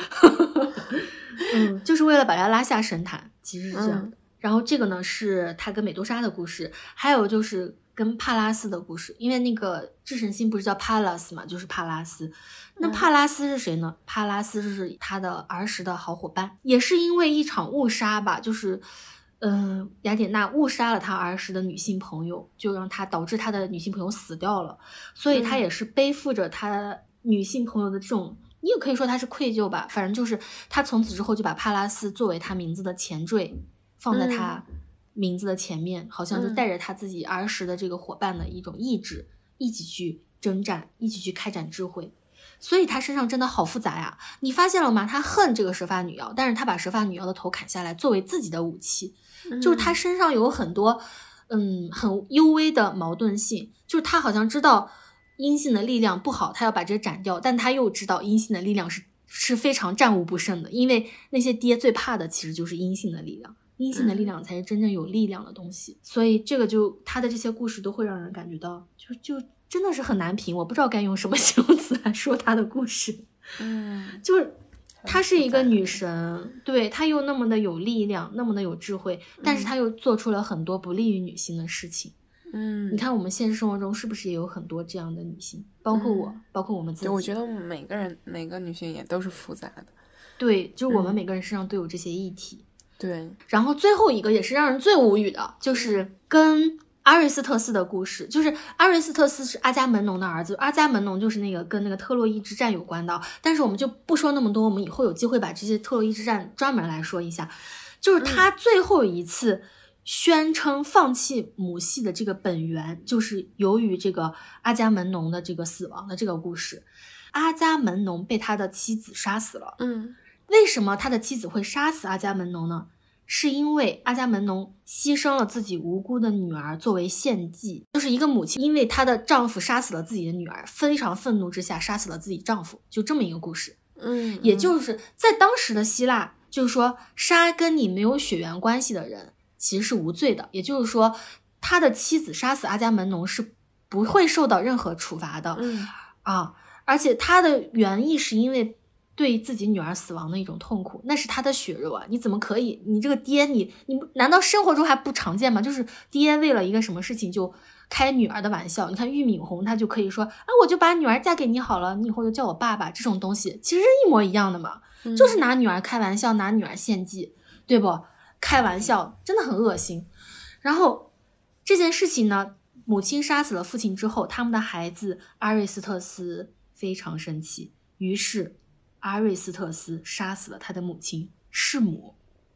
就是为了把她拉下神坛，其实是这样的。然后这个呢是他跟美杜莎的故事，还有就是跟帕拉斯的故事。因为那个智神星不是叫帕拉斯嘛，就是帕拉斯。那帕拉斯是谁呢？帕拉斯是他的儿时的好伙伴，也是因为一场误杀吧，就是雅典娜误杀了他儿时的女性朋友，就让他导致他的女性朋友死掉了，所以他也是背负着他女性朋友的这种，你也可以说他是愧疚吧，反正就是他从此之后就把帕拉斯作为他名字的前缀放在他名字的前面，好像就带着他自己儿时的这个伙伴的一种意志，一起去征战，一起去开展智慧。所以他身上真的好复杂呀，你发现了吗？他恨这个蛇发女妖，但是他把蛇发女妖的头砍下来作为自己的武器，就是他身上有很多很幽微的矛盾性，就是他好像知道阴性的力量不好，他要把这个斩掉，但他又知道阴性的力量是非常战无不胜的，因为那些爹最怕的其实就是阴性的力量，阴性的力量才是真正有力量的东西。所以这个就他的这些故事都会让人感觉到就真的是很难评，我不知道该用什么形容词来说他的故事。就是她是一个女神，对，她又那么的有力量，那么的有智慧，但是她又做出了很多不利于女性的事情。你看我们现实生活中是不是也有很多这样的女性，包括我，包括我们自己。 对，我觉得每个女性也都是复杂的。 对，就我们每个人身上都有这些议题。 对， 然后最后一个也是让人最无语的，就是跟阿瑞斯特斯的故事。就是阿瑞斯特斯是阿伽门农的儿子，阿伽门农就是那个跟那个特洛伊之战有关的，但是我们就不说那么多，我们以后有机会把这些特洛伊之战专门来说一下。就是他最后一次宣称放弃母系的这个本源，就是由于这个阿伽门农的这个死亡的这个故事。阿伽门农被他的妻子杀死了。为什么他的妻子会杀死阿伽门农呢？是因为阿伽门农牺牲了自己无辜的女儿作为献祭，就是一个母亲因为她的丈夫杀死了自己的女儿，非常愤怒之下杀死了自己丈夫，就这么一个故事。也就是在当时的希腊，就是说杀跟你没有血缘关系的人其实是无罪的，也就是说他的妻子杀死阿伽门农是不会受到任何处罚的。而且他的原意是因为对自己女儿死亡的一种痛苦，那是他的血肉啊！你怎么可以？你这个爹，你难道生活中还不常见吗？就是爹为了一个什么事情就开女儿的玩笑。你看俞敏洪他就可以说我就把女儿嫁给你好了，你以后就叫我爸爸，这种东西其实是一模一样的嘛，就是拿女儿开玩笑，拿女儿献祭，对不？开玩笑真的很恶心。然后这件事情呢，母亲杀死了父亲之后，他们的孩子阿瑞斯特斯非常生气，于是阿瑞斯特斯杀死了他的母亲弑母。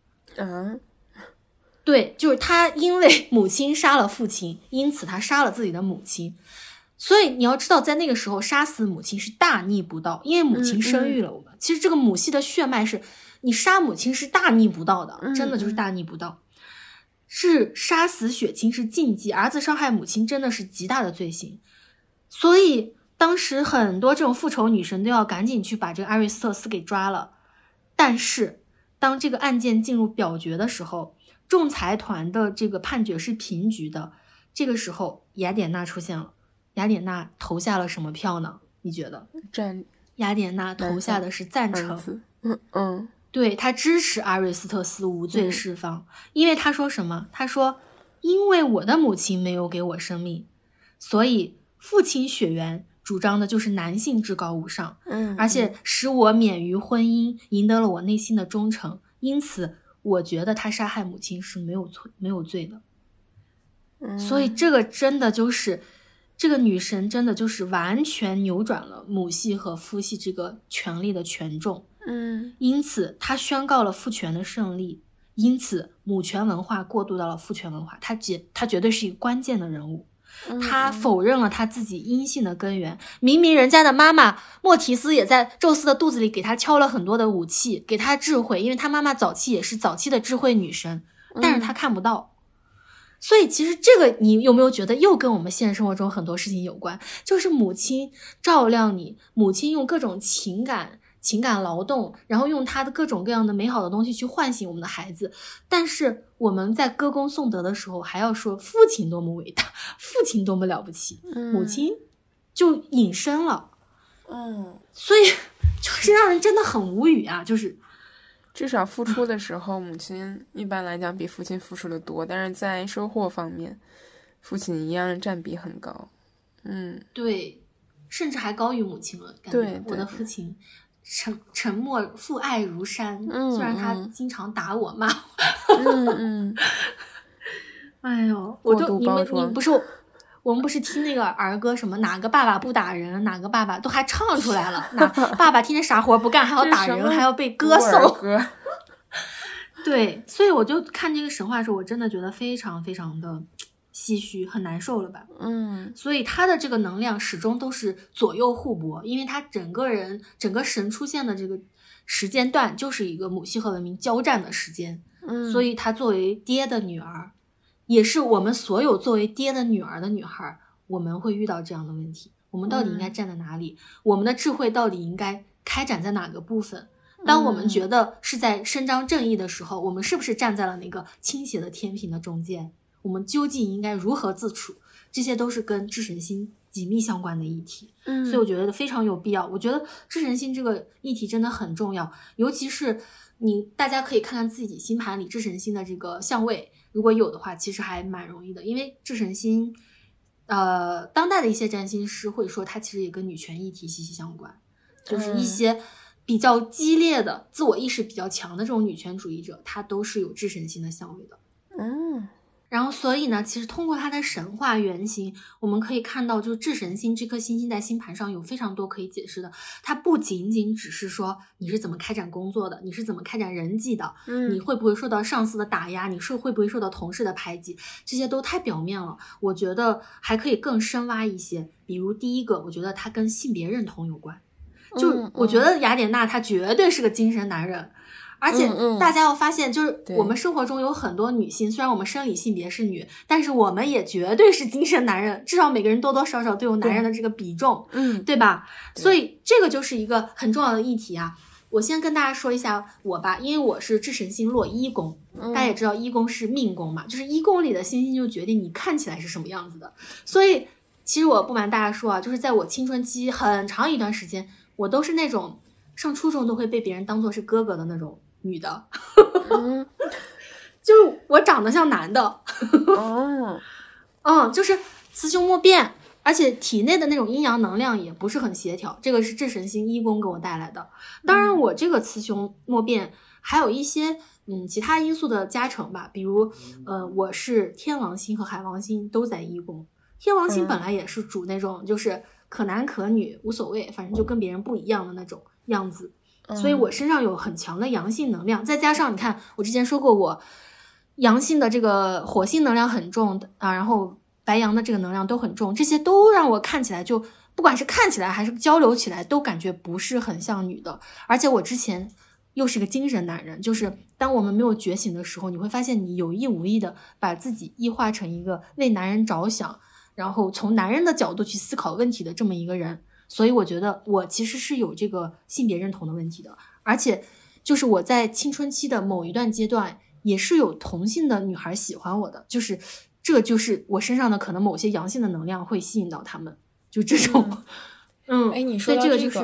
对，就是他因为母亲杀了父亲，因此他杀了自己的母亲。所以你要知道，在那个时候杀死母亲是大逆不道，因为母亲生育了我们。其实这个母系的血脉是，你杀母亲是大逆不道的，真的就是大逆不道。是杀死血亲是禁忌，儿子伤害母亲真的是极大的罪行。所以当时很多这种复仇女神都要赶紧去把这个阿瑞斯特斯给抓了。但是当这个案件进入表决的时候，仲裁团的这个判决是平局的，这个时候雅典娜出现了。雅典娜投下了什么票呢？你觉得？雅典娜投下的是赞成。 对，他支持阿瑞斯特斯无罪释放，因为他说什么？他说，因为我的母亲没有给我生命，所以父亲血缘主张的就是男性至高无上，而且使我免于婚姻，赢得了我内心的忠诚，因此我觉得他杀害母亲是没有罪的。所以这个真的就是这个女神真的就是完全扭转了母系和父系这个权力的权重，因此她宣告了父权的胜利，因此母权文化过渡到了父权文化，她绝对是一个关键的人物。她否认了她自己阴性的根源，明明人家的妈妈莫提斯也在宙斯的肚子里给她敲了很多的武器，给她智慧，因为她妈妈早期也是早期的智慧女神，但是她看不到。所以其实这个你有没有觉得又跟我们现实生活中很多事情有关，就是母亲照料你，母亲用各种情感劳动，然后用她的各种各样的美好的东西去唤醒我们的孩子，但是我们在歌功颂德的时候还要说父亲多么伟大，父亲多么了不起，母亲就隐身了。所以就是让人真的很无语啊，就是至少付出的时候母亲一般来讲比父亲付出的多，但是在收获方面父亲一样占比很高。 对，甚至还高于母亲了，感觉我的父亲沉默父爱如山，虽然他经常打我骂我哎呦，我就我们不是听那个儿歌什么哪个爸爸不打人，哪个爸爸都还唱出来了，哪爸爸天天啥活不干还要打人，还要被歌颂。对，所以我就看这个神话的时候，我真的觉得非常非常的唏嘘，很难受了吧。所以他的这个能量始终都是左右互搏，因为他整个神出现的这个时间段就是一个母系和文明交战的时间。所以他作为爹的女儿，也是我们所有作为爹的女儿的女孩，我们会遇到这样的问题，我们到底应该站在哪里，我们的智慧到底应该开展在哪个部分，当我们觉得是在伸张正义的时候，我们是不是站在了那个倾斜的天平的中间，我们究竟应该如何自处，这些都是跟智神星紧密相关的议题。所以我觉得非常有必要，我觉得智神星这个议题真的很重要，尤其是大家可以看看自己星盘里智神星的这个相位，如果有的话其实还蛮容易的，因为智神星当代的一些占星师会说它其实也跟女权议题息息相关，就是一些比较激烈的自我意识比较强的这种女权主义者，它都是有智神星的相位的。然后所以呢，其实通过它的神话原型，我们可以看到就是智神星这颗星星在星盘上有非常多可以解释的，它不仅仅只是说你是怎么开展工作的，你是怎么开展人际的，你会不会受到上司的打压，你会不会受到同事的排挤，这些都太表面了，我觉得还可以更深挖一些。比如第一个，我觉得它跟性别认同有关，就我觉得雅典娜她绝对是个精神男人，而且大家要发现，就是我们生活中有很多女性，虽然我们生理性别是女，但是我们也绝对是精神男人，至少每个人多多少少都有男人的这个比重，对吧？所以这个就是一个很重要的议题啊。我先跟大家说一下我吧，因为我是智神星落一宫，大家也知道一宫是命宫嘛，就是一宫里的星星就决定你看起来是什么样子的。所以其实我不瞒大家说啊，就是在我青春期很长一段时间，我都是那种上初中都会被别人当作是哥哥的那种女的就是我长得像男的就是雌雄莫辨，而且体内的那种阴阳能量也不是很协调，这个是智神星一宫给我带来的。当然我这个雌雄莫辨还有一些其他因素的加成吧，比如我是天王星和海王星都在一宫，天王星本来也是主那种就是可男可女无所谓，反正就跟别人不一样的那种样子，所以我身上有很强的阳性能量，再加上你看我之前说过我阳性的这个火星能量很重然后白羊的这个能量都很重，这些都让我看起来就不管是看起来还是交流起来都感觉不是很像女的。而且我之前又是个精神男人，就是当我们没有觉醒的时候，你会发现你有意无意的把自己异化成一个为男人着想，然后从男人的角度去思考问题的这么一个人。所以我觉得我其实是有这个性别认同的问题的，而且就是我在青春期的某一段阶段也是有同性的女孩喜欢我的，就是这就是我身上的可能某些阳性的能量会吸引到他们，就这种你说到这个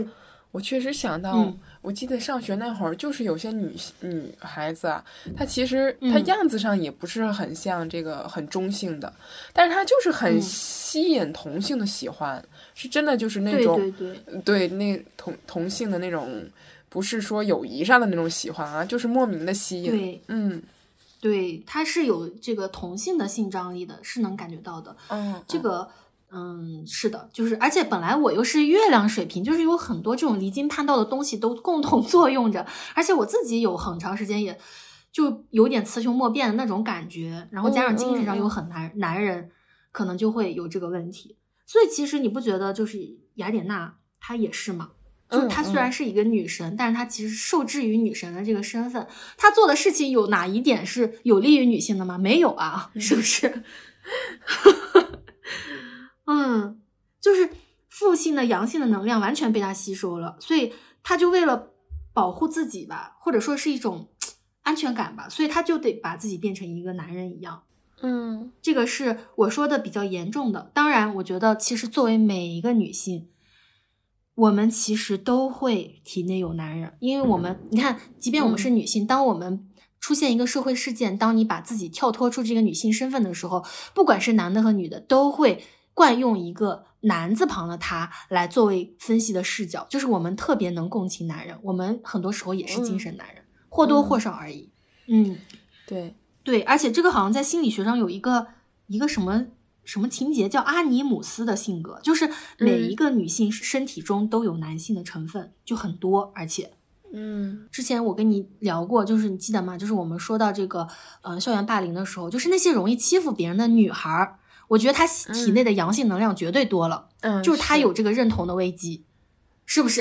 我确实想到，我记得上学那会儿，就是有些女孩子啊，她其实她样子上也不是很像这个很中性的，但是她就是很吸引同性的喜欢，是真的就是那种对那同性的那种，不是说友谊上的那种喜欢啊，就是莫名的吸引。 对，对，他是有这个同性的性张力的，是能感觉到的。这个是的，就是而且本来我又是月亮水瓶，就是有很多这种离经叛道的东西都共同作用着，而且我自己有很长时间也就有点雌雄莫辨的那种感觉，然后加上精神上又很男人可能就会有这个问题。所以其实你不觉得就是雅典娜她也是吗？就是她虽然是一个女神，但是她其实受制于女神的这个身份，她做的事情有哪一点是有利于女性的吗？没有啊，是不是？就是负性的阳性的能量完全被她吸收了，所以她就为了保护自己吧，或者说是一种安全感吧，所以她就得把自己变成一个男人一样。这个是我说的比较严重的。当然我觉得其实作为每一个女性，我们其实都会体内有男人，因为我们你看即便我们是女性，当我们出现一个社会事件，当你把自己跳脱出这个女性身份的时候，不管是男的和女的都会惯用一个男字旁的他来作为分析的视角，就是我们特别能共情男人，我们很多时候也是精神男人，或多或少而已。对，而且这个好像在心理学上有一个什么情节叫阿尼姆斯的性格，就是每一个女性身体中都有男性的成分，就很多。而且之前我跟你聊过，就是你记得吗？就是我们说到这个校园霸凌的时候，就是那些容易欺负别人的女孩，我觉得她体内的阳性能量绝对多了，就是她有这个认同的危机，是不是？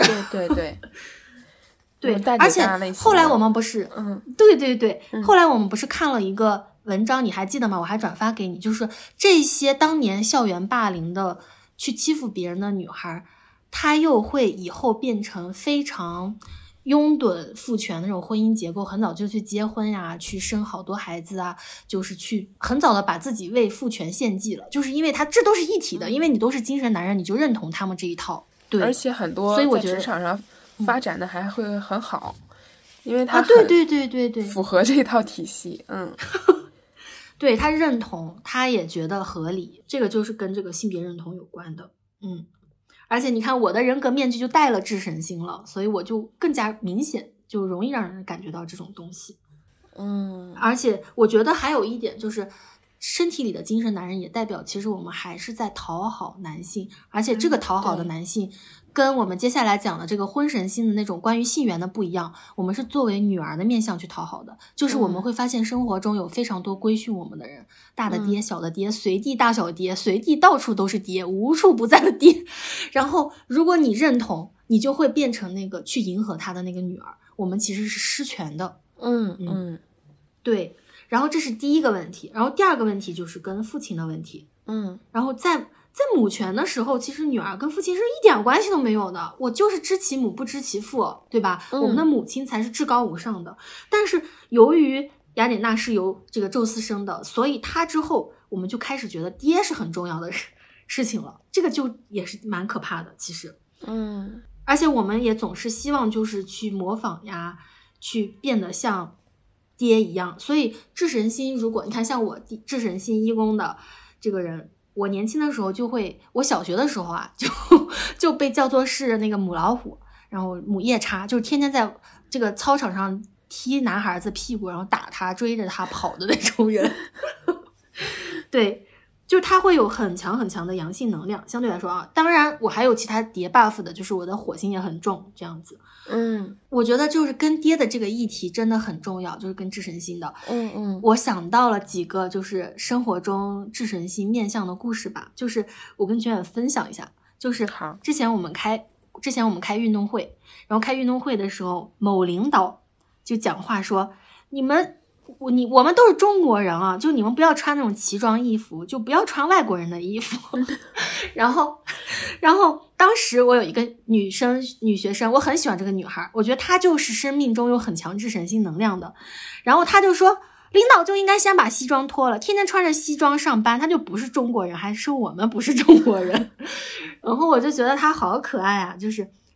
对，而且后来我们不是对，后来我们不是看了一个文章，你还记得吗？我还转发给你，就是这些当年校园霸凌的去欺负别人的女孩，她又会以后变成非常拥趸父权的那种婚姻结构，很早就去结婚呀，去生好多孩子啊，就是去很早的把自己为父权献祭了，就是因为她这都是一体的，因为你都是精神男人，你就认同他们这一套。对， 而且很多在职场上发展的还会很好，因为他对符合这套体系。 对，他认同，他也觉得合理，这个就是跟这个性别认同有关的。而且你看我的人格面具就带了智神星了，所以我就更加明显，就容易让人感觉到这种东西。而且我觉得还有一点就是身体里的精神男人也代表其实我们还是在讨好男性，而且这个讨好的男性跟我们接下来讲的这个婚神星的那种关于性缘的不一样，我们是作为女儿的面向去讨好的，就是我们会发现生活中有非常多规训我们的人，大的爹小的爹，随地大小爹，随地到处都是爹，无处不在的爹，然后如果你认同，你就会变成那个去迎合他的那个女儿，我们其实是失权的。对，然后这是第一个问题，然后第二个问题就是跟父亲的问题。然后在母权的时候，其实女儿跟父亲是一点关系都没有的，我就是知其母不知其父，对吧？我们的母亲才是至高无上的。但是由于雅典娜是由这个宙斯生的，所以她之后我们就开始觉得爹是很重要的事情了，这个就也是蛮可怕的其实。而且我们也总是希望就是去模仿呀，去变得像爹一样，所以智神星，如果你看像我智神星1宫的这个人，我年轻的时候就会，我小学的时候啊就被叫做是那个母老虎，然后母夜叉，就是天天在这个操场上踢男孩子屁股，然后打他追着他跑的那种人。对，就是他会有很强很强的阳性能量，相对来说啊，当然我还有其他叠 buff 的，就是我的火星也很重这样子。我觉得就是跟爹的这个议题真的很重要，就是跟智神星的。我想到了几个就是生活中智神星面向的故事吧，就是我跟卷卷分享一下。就是之前我们开运动会，然后开运动会的时候，某领导就讲话说，我们都是中国人啊，就你们不要穿那种奇装异服，就不要穿外国人的衣服。然后当时我有一个女学生，我很喜欢这个女孩，我觉得她就是生命中有很强智神星能量的。然后她就说，领导就应该先把西装脱了，天天穿着西装上班，他就不是中国人，还是我们不是中国人。然后我就觉得她好可爱啊，就是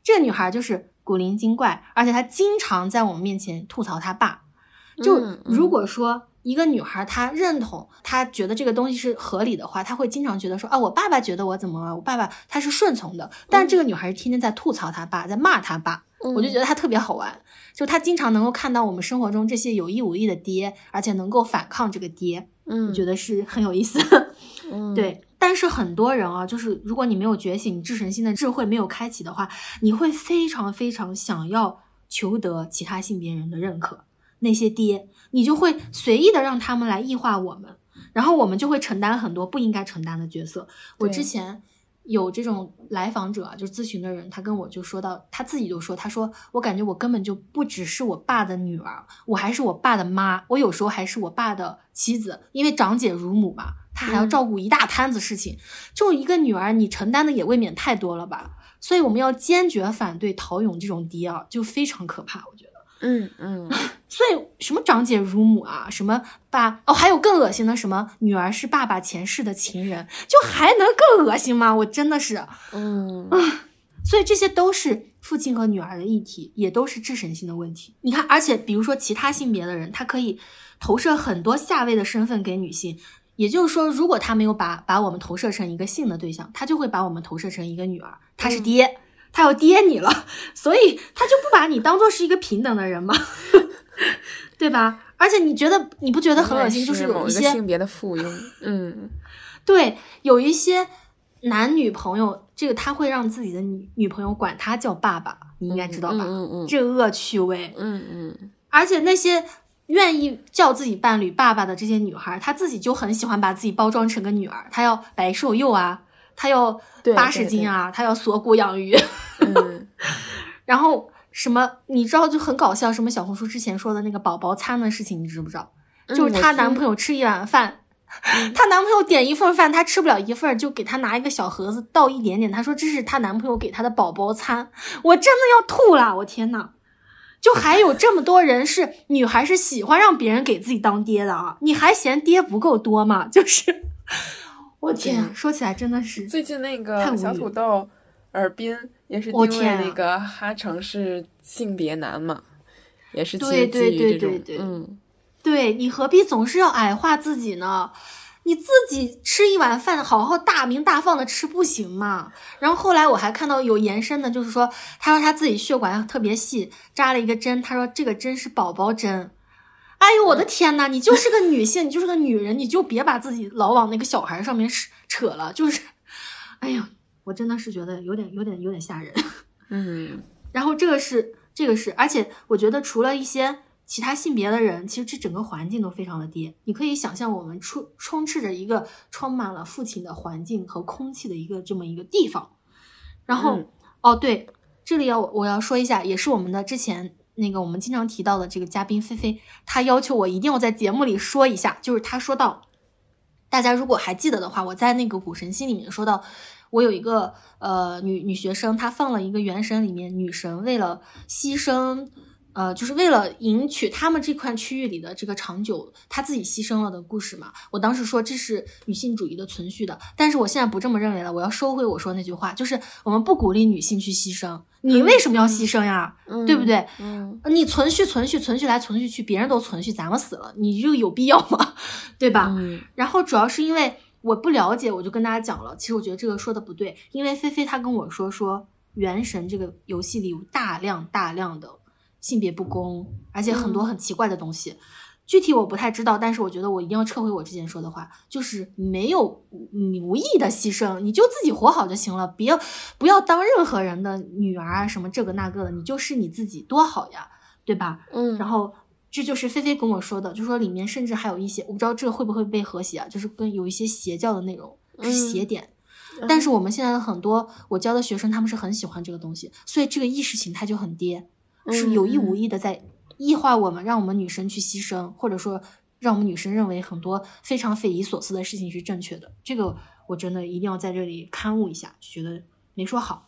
这个女孩就是古灵精怪，而且她经常在我们面前吐槽她爸。就如果说一个女孩她认同，她觉得这个东西是合理的话，她会经常觉得说啊，我爸爸觉得我怎么了，我爸爸他是顺从的。但这个女孩是天天在吐槽她爸，在骂她爸，我就觉得她特别好玩。就她经常能够看到我们生活中这些有意无意的爹，而且能够反抗这个爹，我觉得是很有意思。对。但是很多人啊，就是如果你没有觉醒，你智神星的智慧没有开启的话，你会非常非常想要求得其他性别人的认可。那些爹，你就会随意的让他们来异化我们，然后我们就会承担很多不应该承担的角色。我之前有这种来访者啊，就是咨询的人，他跟我就说到，他自己就说，他说我感觉我根本就不只是我爸的女儿，我还是我爸的妈，我有时候还是我爸的妻子，因为长姐如母嘛，他还要照顾一大摊子事情，就一个女儿，你承担的也未免太多了吧。所以我们要坚决反对陶勇这种爹啊，就非常可怕，我觉得。所以什么长姐如母啊，什么爸还有更恶心的什么女儿是爸爸前世的情人，就还能更恶心吗？我真的是所以这些都是父亲和女儿的议题，也都是智神性的问题。你看，而且比如说其他性别的人，他可以投射很多下位的身份给女性，也就是说，如果他没有把我们投射成一个性的对象，他就会把我们投射成一个女儿，他是爹，他要爹你了，所以他就不把你当做是一个平等的人吗？对吧？而且你不觉得很恶心？就是有一些性别的附庸， 对，有一些男女朋友，这个他会让自己的女朋友管他叫爸爸，你应该知道吧？这个恶趣味，而且那些愿意叫自己伴侣爸爸的这些女孩，她自己就很喜欢把自己包装成个女儿，她要白瘦幼啊，她要80斤啊，她要锁骨养鱼，然后什么你知道就很搞笑，什么小红书之前说的那个宝宝餐的事情，你知不知道？就是她男朋友吃一碗饭，她男朋友点一份饭，她吃不了一份，就给她拿一个小盒子倒一点点，她说这是她男朋友给她的宝宝餐，我真的要吐了，我天哪！就还有这么多人是女孩是喜欢让别人给自己当爹的啊，你还嫌爹不够多吗？就是我天，说起来真的是最近那个小土豆尔彬也是定位那个哈城是性别男嘛，也是基于这种对，你何必总是要矮化自己呢？你自己吃一碗饭好好大明大放的吃不行吗？然后后来我还看到有延伸的，就是说他说他自己血管特别细，扎了一个针，他说这个针是宝宝针。哎呦我的天哪，你就是个女性，你就是个女人，你就别把自己老往那个小孩上面扯了，就是哎呀，我真的是觉得有点吓人。然后这个是，而且我觉得除了一些其他性别的人，其实这整个环境都非常的爹。你可以想象我们充斥着一个充满了父亲的环境和空气的这么一个地方。然后对，这里我要说一下，也是我们的之前那个我们经常提到的这个嘉宾菲菲，他要求我一定要在节目里说一下，就是他说到，大家如果还记得的话，我在那个古神星里面说到，我有一个女学生，她放了一个原神里面女神为了牺牲就是为了赢取他们这块区域里的这个长久，她自己牺牲了的故事嘛。我当时说这是女性主义的存续的，但是我现在不这么认为了，我要收回我说那句话，就是我们不鼓励女性去牺牲，你为什么要牺牲呀？对不对？你存续来存续去，别人都存续，咱们死了，你这个有必要吗？对吧？然后主要是因为我不了解，我就跟大家讲了，其实我觉得这个说的不对，因为菲菲她跟我说原神这个游戏里有大量的性别不公，而且很多很奇怪的东西，具体我不太知道，但是我觉得我一定要撤回我之前说的话，就是没有无意的牺牲，你就自己活好就行了，不要当任何人的女儿啊，什么这个那个的，你就是你自己多好呀，对吧？然后这就是菲菲跟我说的，就说里面甚至还有一些，我不知道这个会不会被和谐啊，就是跟有一些邪教的内容是邪点。但是我们现在的很多我教的学生，他们是很喜欢这个东西，所以这个意识形态就很跌，是有意无意的在异化我们，让我们女生去牺牲，或者说让我们女生认为很多非常匪夷所思的事情是正确的。这个我真的一定要在这里刊物一下，就觉得没说好。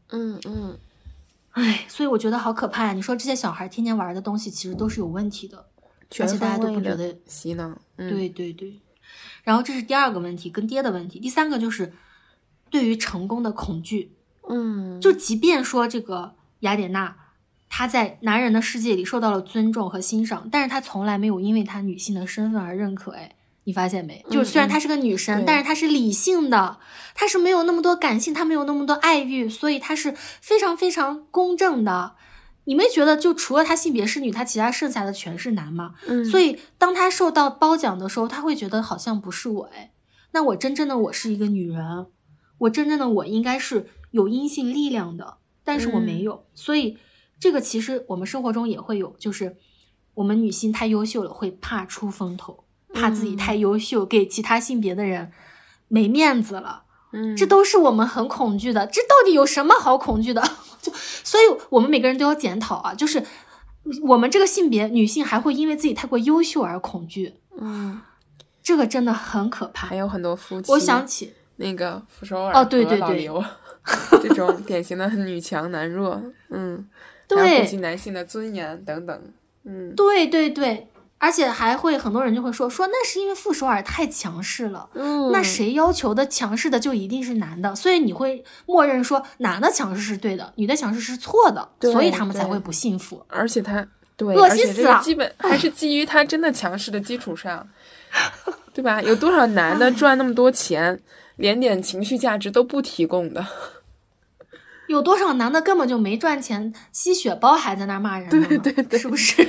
所以我觉得好可怕呀！你说这些小孩天天玩的东西其实都是有问题的，而且大家都不觉得洗脑。 对。然后这是第二个问题，跟爹的问题。第三个就是对于成功的恐惧， 就即便说这个雅典娜她在男人的世界里受到了尊重和欣赏，但是她从来没有因为她女性的身份而认可。你发现没？就虽然她是个女神，但是她是理性的，她是没有那么多感性，她没有那么多爱欲，所以她是非常非常公正的。你没觉得就除了她性别是女，她其他剩下的全是男吗？所以当她受到褒奖的时候，她会觉得好像不是我，那我真正的我是一个女人，我真正的我应该是有阴性力量的，但是我没有。所以这个其实我们生活中也会有，就是我们女性太优秀了，会怕出风头，怕自己太优秀，给其他性别的人没面子了。这都是我们很恐惧的。这到底有什么好恐惧的？所以我们每个人都要检讨啊，就是我们这个性别女性还会因为自己太过优秀而恐惧。这个真的很可怕。 还有很多夫妻， 我想起那个傅首尔对对对， 老刘这种典型的女强男弱， 对， 还有顾及男性的尊严等等， 对对对，而且还会很多人就会说那是因为傅首尔太强势了，那谁要求的强势的就一定是男的，所以你会默认说男的强势是对的，女的强势是错的，所以他们才会不幸福。 而且对， 恶心死了， 而且这个基本还是基于他真的强势的基础上，对吧？有多少男的赚那么多钱，连点情绪价值都不提供的？ 有多少男的根本就没赚钱，吸血包还在那骂人呢？ 对， 是不是？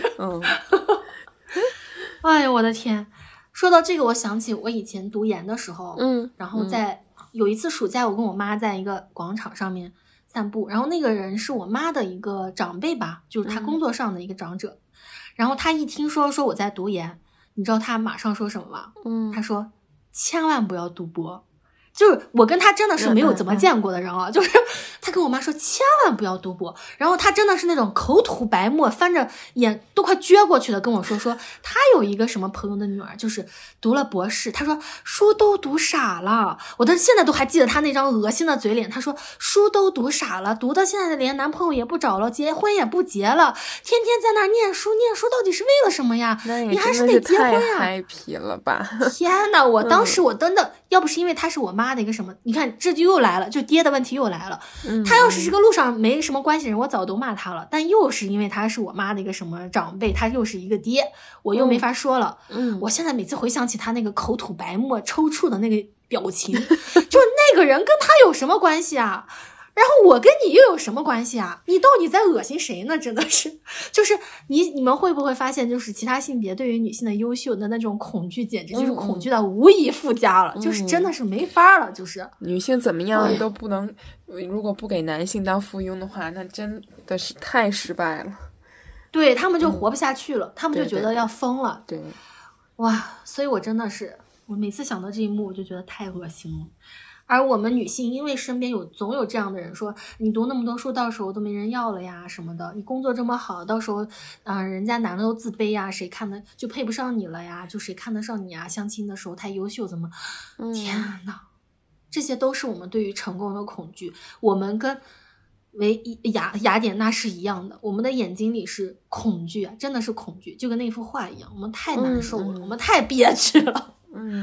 哎呦我的天！说到这个，我想起我以前读研的时候，然后有一次暑假，我跟我妈在一个广场上面散步，然后那个人是我妈的一个长辈吧，就是他工作上的一个长者，然后他一听说我在读研，你知道他马上说什么吗？他说千万不要读博。就是我跟他真的是没有怎么见过的人啊，就是他跟我妈说千万不要读博，然后他真的是那种口吐白沫，翻着眼都快撅过去的跟我说他有一个什么朋友的女儿就是读了博士，他说书都读傻了，我到现在都还记得他那张恶心的嘴脸，他说书都读傻了，读到现在连男朋友也不找了，结婚也不结了，天天在那儿念书到底是为了什么呀？你还是得结婚呀！ 太皮了吧！ 天哪，我当时我真的要不是因为他是我妈的一个什么，你看这就又来了，就爹的问题又来了。他要是这个路上没什么关系人，我早都骂他了，但又是因为他是我妈的一个什么长辈，他又是一个爹，我又没法说了。我现在每次回想起他那个口吐白沫抽搐的那个表情，就是那个人跟他有什么关系啊？然后我跟你又有什么关系啊？你到底在恶心谁呢？真的是，就是你们会不会发现，就是其他性别对于女性的优秀的那种恐惧，简直就是恐惧到无以复加了，就是真的是没法了。就是女性怎么样都不能，如果不给男性当附庸的话，那真的是太失败了。 对，他们就活不下去了，他们就觉得要疯了。 对， 哇，所以我真的是，我每次想到这一幕，我就觉得太恶心了。而我们女性因为身边总有这样的人说，你读那么多书到时候都没人要了呀什么的，你工作这么好到时候人家男的都自卑呀，谁看的就配不上你了呀，就谁看得上你啊，相亲的时候太优秀怎么天哪，这些都是我们对于成功的恐惧。我们跟雅典娜是一样的，我们的眼睛里是恐惧啊，真的是恐惧，就跟那幅画一样，我们太难受了，我们太憋屈了。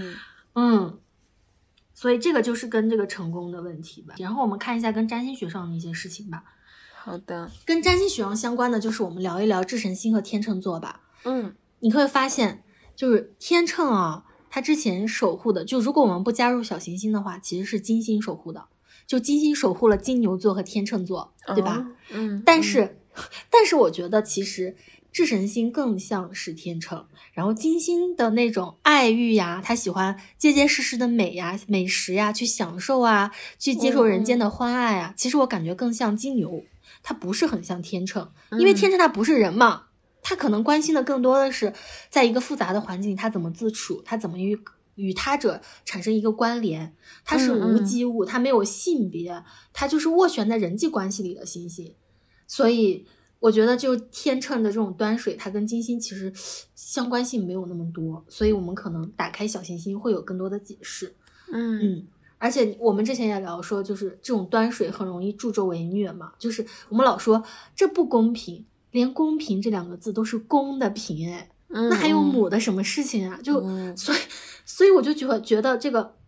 所以这个就是跟这个成功的问题吧。然后我们看一下跟占星学上的一些事情吧。 好的， 跟占星学上相关的就是我们聊一聊智神星和天秤座吧。你会发现就是天秤啊，它之前守护的，就如果我们不加入小行星的话，其实是金星守护的，就金星守护了金牛座和天秤座，对吧？但是我觉得其实智神星更像是天秤，然后金星的那种爱欲呀，他喜欢结结实实的美呀、美食呀，去享受啊，去接受人间的欢爱啊。其实我感觉更像金牛，它不是很像天秤，因为天秤它不是人嘛，他可能关心的更多的是在一个复杂的环境里他怎么自处，他怎么与他者产生一个关联，他是无机物，他没有性别，他就是斡旋在人际关系里的星星。所以我觉得就天秤的这种端水，它跟金星其实相关性没有那么多，所以我们可能打开小行星会有更多的解释。而且我们之前也聊说，就是这种端水很容易助纣为虐嘛，就是我们老说这不公平，连公平这两个字都是公的平，那还有母的什么事情啊？就所以我就觉得这个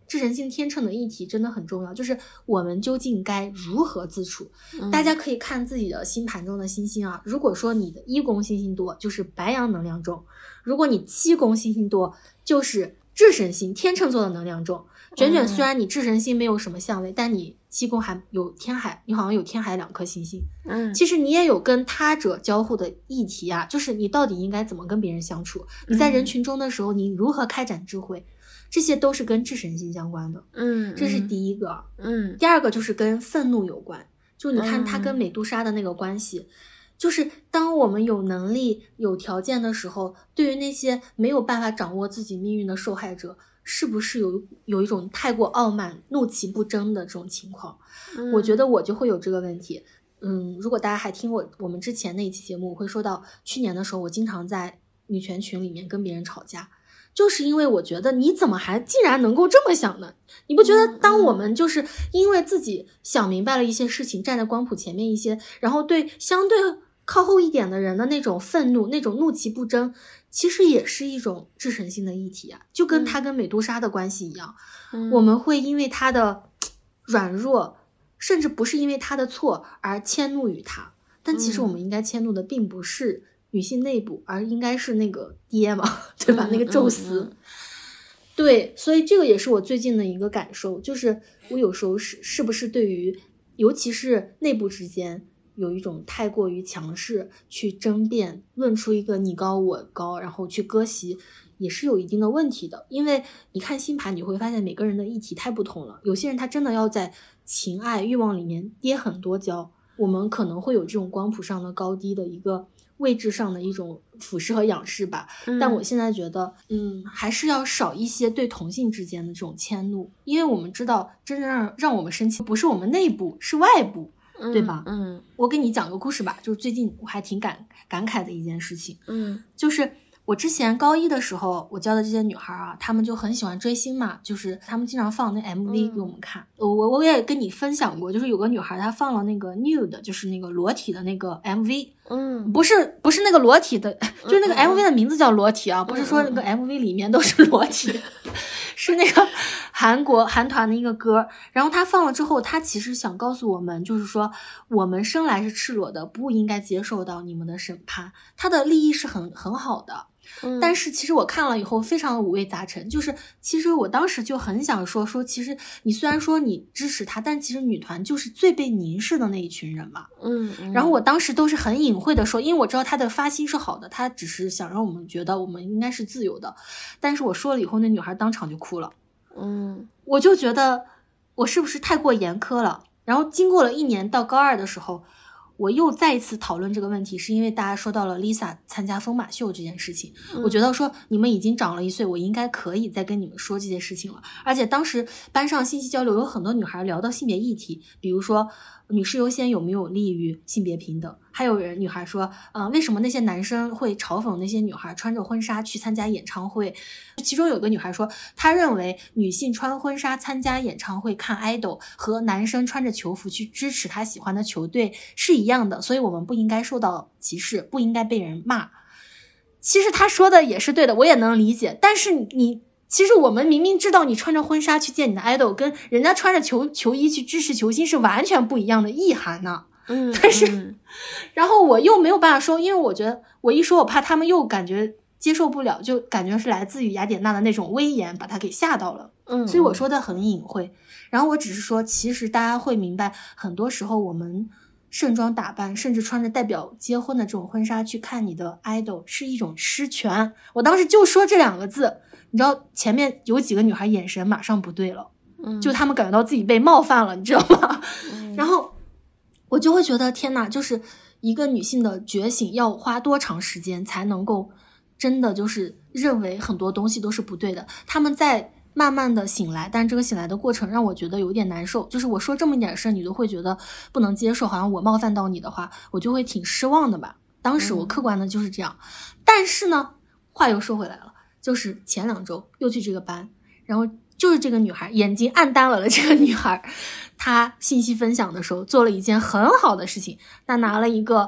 智神星天秤的议题真的很重要，就是我们究竟该如何自处。大家可以看自己的星盘中的星星啊，如果说你的1宫星星多，就是白羊能量重，如果你7宫星星多，就是智神星天秤座的能量重。卷卷虽然你智神星没有什么相位，但你7宫还有天海，你好像有天海2颗星星。其实你也有跟他者交互的议题啊，就是你到底应该怎么跟别人相处，你在人群中的时候你如何开展智慧，这些都是跟智神星相关的。这是第一个。第二个就是跟愤怒有关，就你看他跟美杜莎的那个关系，就是当我们有能力有条件的时候，对于那些没有办法掌握自己命运的受害者，是不是有一种太过傲慢怒其不争的这种情况。我觉得我就会有这个问题。如果大家还听我们之前那一期节目，我会说到去年的时候，我经常在女权群里面跟别人吵架，就是因为我觉得你怎么还竟然能够这么想呢？你不觉得当我们就是因为自己想明白了一些事情，站在光谱前面一些，然后对相对靠后一点的人的那种愤怒，那种怒其不争，其实也是一种智神性的议题啊，就跟他跟美杜莎的关系一样。我们会因为他的软弱，甚至不是因为他的错而迁怒于他，但其实我们应该迁怒的并不是女性内部，而应该是那个爹嘛，对吧？那个宙斯。对，所以这个也是我最近的一个感受，就是我有时候是不是对于尤其是内部之间有一种太过于强势去争辩，论出一个你高我高，然后去割席，也是有一定的问题的。因为你看星盘，你会发现每个人的议题太不同了，有些人他真的要在情爱欲望里面跌很多跤，我们可能会有这种光谱上的高低的一个位置上的一种俯视和仰视吧。但我现在觉得还是要少一些对同性之间的这种迁怒，因为我们知道真正让我们生气不是我们内部，是外部，对吧？我给你讲个故事吧，就是最近我还挺感慨的一件事情。就是我之前高一的时候，我教的这些女孩啊，她们就很喜欢追星嘛，就是她们经常放那 MV 给我们看。我也跟你分享过，就是有个女孩她放了那个 nude， 就是那个裸体的那个 MV。不是那个裸体的，就是那个 MV 的名字叫裸体啊，不是说那个 MV 里面都是裸体。是那个韩团的一个歌，然后他放了之后，他其实想告诉我们，就是说我们生来是赤裸的，不应该接受到你们的审判。他的立意是很好的，但是其实我看了以后非常的五味杂陈。就是其实我当时就很想说其实你虽然说你支持他，但其实女团就是最被凝视的那一群人嘛。然后我当时都是很隐晦的说，因为我知道他的发心是好的，他只是想让我们觉得我们应该是自由的。但是我说了以后，那女孩当场就哭了。我就觉得我是不是太过严苛了。然后经过了1年，到高2的时候，我又再一次讨论这个问题，是因为大家说到了 Lisa 参加疯马秀这件事情。我觉得说你们已经长了1岁，我应该可以再跟你们说这些事情了。而且当时班上信息交流有很多女孩聊到性别议题，比如说女士优先有没有利于性别平等，还有女孩说为什么那些男生会嘲讽那些女孩穿着婚纱去参加演唱会。其中有个女孩说，她认为女性穿婚纱参加演唱会看 idol 和男生穿着球服去支持她喜欢的球队是一样的，所以我们不应该受到歧视，不应该被人骂。其实她说的也是对的，我也能理解，但是其实我们明明知道你穿着婚纱去见你的 idol 跟人家穿着球衣去支持球星是完全不一样的意涵呢。但是然后我又没有办法说，因为我觉得我一说我怕他们又感觉接受不了，就感觉是来自于雅典娜的那种威严把他给吓到了。所以我说的很隐晦。然后我只是说其实大家会明白，很多时候我们盛装打扮，甚至穿着代表结婚的这种婚纱去看你的 idol 是一种失权。我当时就说这2个字，你知道前面有几个女孩眼神马上不对了，就她们感觉到自己被冒犯了，你知道吗？然后我就会觉得天哪，就是一个女性的觉醒要花多长时间才能够真的就是认为很多东西都是不对的。她们在慢慢的醒来，但这个醒来的过程让我觉得有点难受，就是我说这么一点事你都会觉得不能接受，好像我冒犯到你的话，我就会挺失望的吧。当时我客观的就是这样。但是呢，话又说回来了，就是前2周又去这个班，然后就是这个女孩眼睛暗淡了的这个女孩，她信息分享的时候做了一件很好的事情，她拿了一个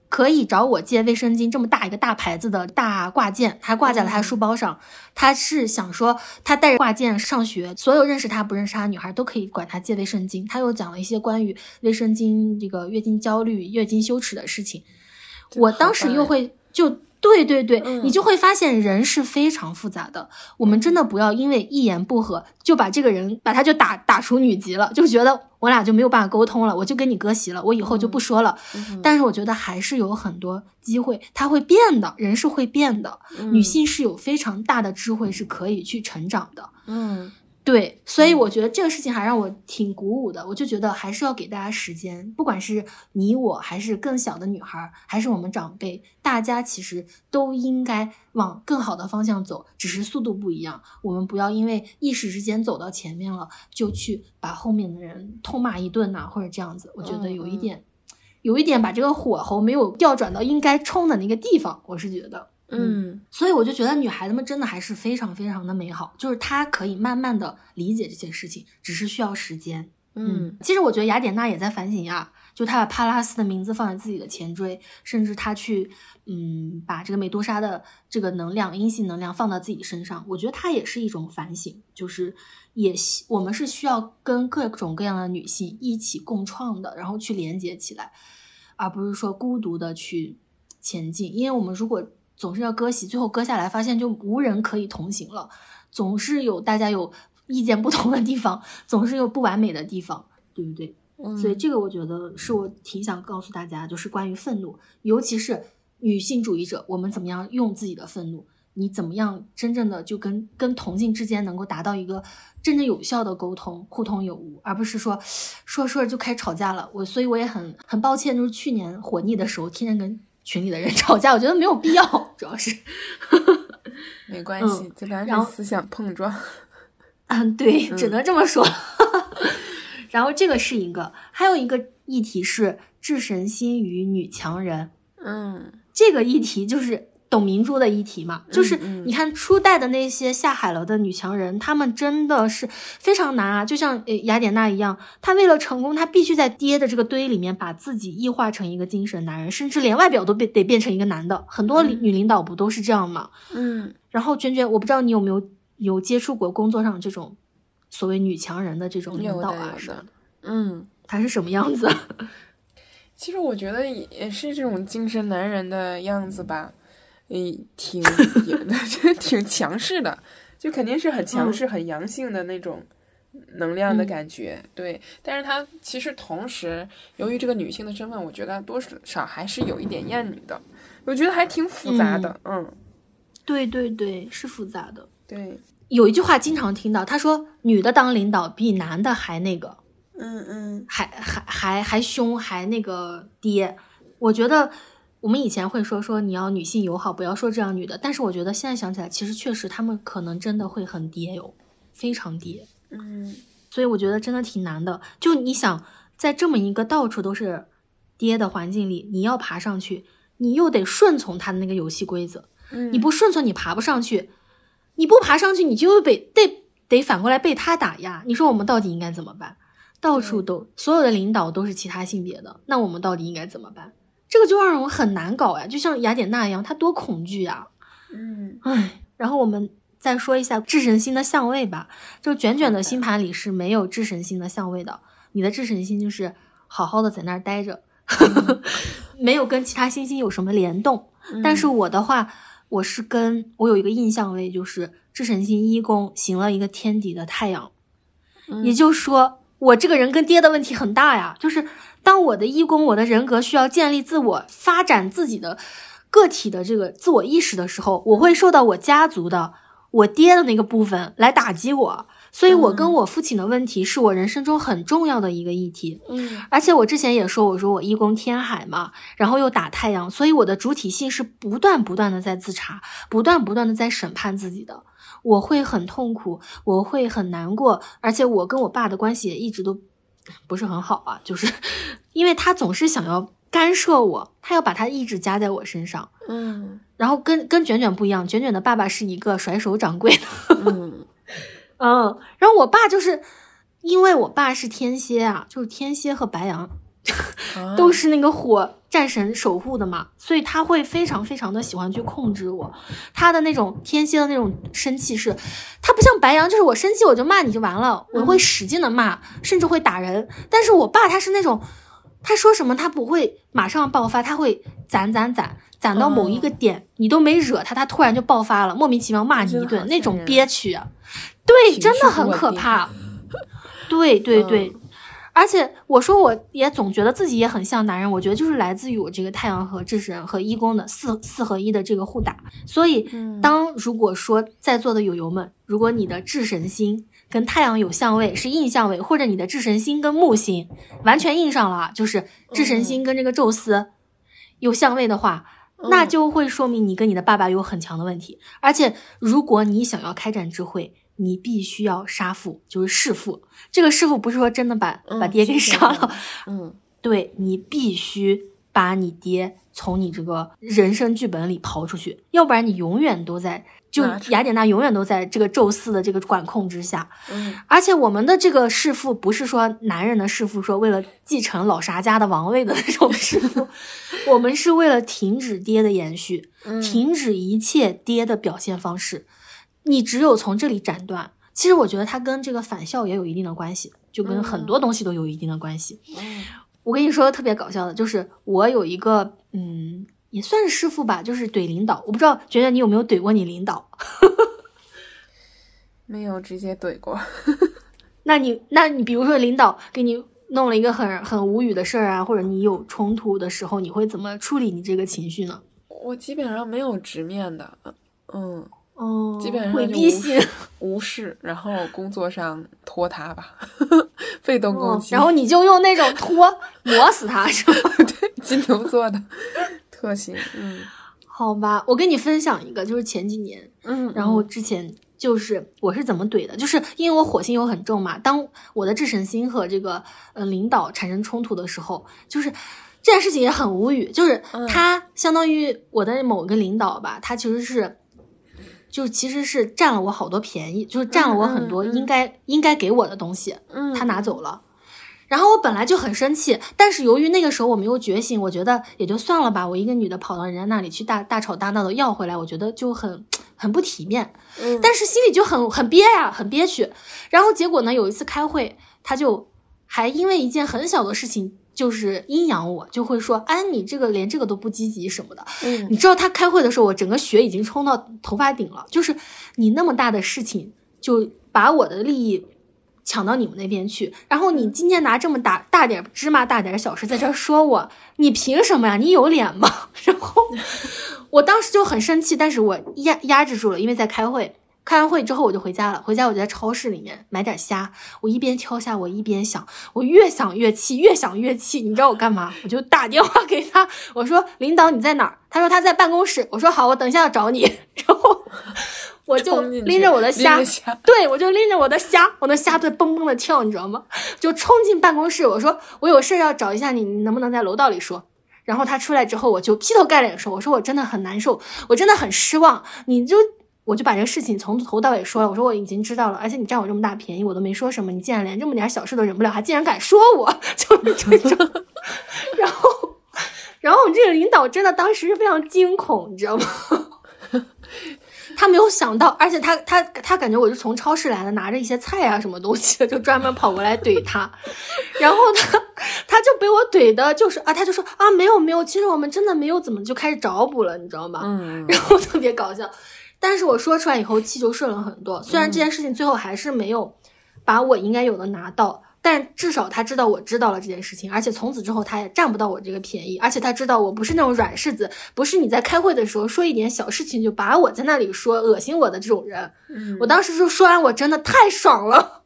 可以找我借卫生巾这么大一个大牌子的大挂件，还挂在了他书包上。他是想说他带着挂件上学，所有认识他不认识他的女孩都可以管他借卫生巾。他又讲了一些关于卫生巾这个月经焦虑、月经羞耻的事情。我当时又会就对，你就会发现人是非常复杂的。我们真的不要因为一言不合就把这个人把他就打出女籍了，就觉得我俩就没有办法沟通了，我就跟你割席了，我以后就不说了。但是我觉得还是有很多机会，他会变的，人是会变的，女性是有非常大的智慧，是可以去成长的。对，所以我觉得这个事情还让我挺鼓舞的，我就觉得还是要给大家时间，不管是你我还是更小的女孩，还是我们长辈，大家其实都应该往更好的方向走，只是速度不一样。我们不要因为一时之间走到前面了，就去把后面的人痛骂一顿或者这样子。我觉得有一点把这个火候没有调转到应该冲的那个地方，我是觉得。所以我就觉得女孩子们真的还是非常非常的美好，就是她可以慢慢的理解这些事情，只是需要时间。其实我觉得雅典娜也在反省呀，就她把帕拉斯的名字放在自己的前缀，甚至她去把这个美杜莎的这个能量阴性能量放到自己身上，我觉得她也是一种反省，就是我们是需要跟各种各样的女性一起共创的，然后去连接起来，而不是说孤独的去前进。因为我们如果总是要割席，最后割下来发现就无人可以同行了，总是有大家有意见不同的地方，总是有不完美的地方，对不对？所以这个我觉得是我挺想告诉大家，就是关于愤怒，尤其是女性主义者，我们怎么样用自己的愤怒，你怎么样真正的就跟同性之间能够达到一个真正有效的沟通，互通有无，而不是说着就开始吵架了。所以我也很抱歉，就是去年火逆的时候天天跟群里的人吵架，我觉得没有必要，主要是没关系，这当然是思想碰撞。 对，只能这么说。然后这个是一个，还有一个议题是智神心与女强人。这个议题就是董明珠的议题嘛，就是你看初代的那些下海了的女强人，她们真的是非常难啊，就像雅典娜一样，她为了成功，她必须在爹的这个堆里面把自己异化成一个精神男人，甚至连外表都得变成一个男的。很多女领导不都是这样吗？然后娟娟，我不知道你有没有接触过工作上这种所谓女强人的这种领导啊什么的。她是什么样子？ 其实我觉得也是这种精神男人的样子吧。挺强势的，就肯定是很强势、很阳性的那种能量的感觉。对，但是他其实同时由于这个女性的身份，我觉得多少还是有一点厌女的，我觉得还挺复杂的。 对，是复杂的。 对， 有一句话经常听到，他说女的当领导比男的还那个还凶，还那个爹。我觉得我们以前会说你要女性友好，不要说这样女的，但是我觉得现在想起来，其实确实他们可能真的会很爹哟，非常爹。所以我觉得真的挺难的。就你想在这么一个到处都是爹的环境里，你要爬上去，你又得顺从他的那个游戏规则。你不顺从你爬不上去，你不爬上去你就得反过来被他打压。你说我们到底应该怎么办？到处都所有的领导都是其他性别的，那我们到底应该怎么办？这个就让人很难搞呀，就像雅典娜一样，她多恐惧啊。然后我们再说一下智神星的相位吧。就卷卷的星盘里是没有智神星的相位的，你的智神星就是好好的在那儿待着，没有跟其他星星有什么联动。但是我的话，我有一个印象位，就是智神星1宫行了一个天敌的太阳，也就是说我这个人跟爹的问题很大呀，就是当我的1宫，我的人格需要建立自我，发展自己的个体的这个自我意识的时候，我会受到我家族的我爹的那个部分来打击我。所以我跟我父亲的问题是我人生中很重要的一个议题。而且我之前也说，我说我1宫天海嘛，然后又打太阳，所以我的主体性是不断的在自查，不断的在审判自己的。我会很痛苦，我会很难过，而且我跟我爸的关系也一直都不是很好啊，就是因为他总是想要干涉我，他要把他意志加在我身上。然后跟卷卷不一样，卷卷的爸爸是一个甩手掌柜的。然后我爸就是因为我爸是天蝎啊，就是天蝎和白羊都是那个火战神守护的嘛，所以他会非常非常的喜欢去控制我。他的那种天蝎的那种生气是，他不像白羊，就是我生气我就骂你就完了，我会使劲的骂，甚至会打人。但是我爸他是那种，他说什么他不会马上爆发，他会攒到某一个点，你都没惹他，他突然就爆发了，莫名其妙骂你一顿，那种憋屈啊，对，真的很可怕。对对对。而且我说我也总觉得自己也很像男人，我觉得就是来自于我这个太阳和智神和一宫的四合一的这个互打。所以如果说在座的友友们，如果你的智神星跟太阳有相位是硬相位，或者你的智神星跟木星完全硬上了，就是智神星跟这个宙斯有相位的话，那就会说明你跟你的爸爸有很强的问题。而且如果你想要开展智慧，你必须要杀父，就是弑父。这个弑父不是说真的把爹给杀了，对，你必须把你爹从你这个人生剧本里刨出去，要不然你永远都在，就雅典娜永远都在这个宙斯的这个管控之下。而且我们的这个弑父不是说男人的弑父，说为了继承老啥家的王位的那种弑父，我们是为了停止爹的延续，停止一切爹的表现方式。你只有从这里斩断，其实我觉得它跟这个返校也有一定的关系，就跟很多东西都有一定的关系。我跟你说特别搞笑的，就是我有一个也算是师傅吧，就是怼领导。我不知道觉得你有没有怼过你领导？ 没有直接怼过。 那你比如说领导给你弄了一个很无语的事儿啊，或者你有冲突的时候，你会怎么处理你这个情绪呢？ 我基本上没有直面的，基本上回避性无视，然后工作上拖他吧，被动攻击， 然后你就用那种磨死他，是吧？ 对，金牛座的特性。 好吧，我跟你分享一个，就是前几年，然后之前就是我是怎么怼的，就是因为我火星又很重嘛，当我的智神星和这个领导产生冲突的时候，就是这件事情也很无语，就是他相当于我的某个领导吧，他其实是占了我好多便宜，就是占了我很多应该给我的东西，他拿走了。然后我本来就很生气，但是由于那个时候我没有觉醒，我觉得也就算了吧，我一个女的跑到人家那里去大吵大闹的要回来，我觉得就很不体面，但是心里就很憋呀，很憋屈。然后结果呢，有一次开会，他就还因为一件很小的事情就是阴阳我，就会说你这个连这个都不积极什么的。你知道他开会的时候，我整个血已经冲到头发顶了，就是你那么大的事情就把我的利益抢到你们那边去，然后你今天拿这么大点芝麻大点小事在这说我，你凭什么呀？你有脸吗？然后我当时就很生气，但是我压制住了，因为在开会。开完会之后我就回家了，回家我就在超市里面买点虾，我一边挑虾我一边想，我越想越气，越想越气，你知道我干嘛？我就打电话给他，我说领导你在哪儿？他说他在办公室，我说好，我等一下要找你。然后我就拎着我的虾，对，我就拎着我的虾，我的虾在蹦蹦的跳，你知道吗？就冲进办公室，我说我有事要找一下你，你能不能在楼道里说？然后他出来之后，我就劈头盖脸说，我说我真的很难受，我真的很失望，我就把这个事情从头到尾说了，我说我已经知道了，而且你占我这么大便宜，我都没说什么，你竟然连这么点小事都忍不了，还竟然敢说我，就是这种。然后我这个领导真的当时是非常惊恐，你知道吗？他没有想到，而且他感觉我是从超市来的，拿着一些菜啊什么东西，就专门跑过来怼他。然后他就被我怼的，就是他就说没有，其实我们真的没有怎么就开始找补了，你知道吗？然后特别搞笑。但是我说出来以后气就顺了很多，虽然这件事情最后还是没有把我应该有的拿到，但至少他知道我知道了这件事情，而且从此之后他也占不到我这个便宜，而且他知道我不是那种软柿子，不是你在开会的时候说一点小事情就把我在那里说恶心我的这种人。我当时就说完我真的太爽了。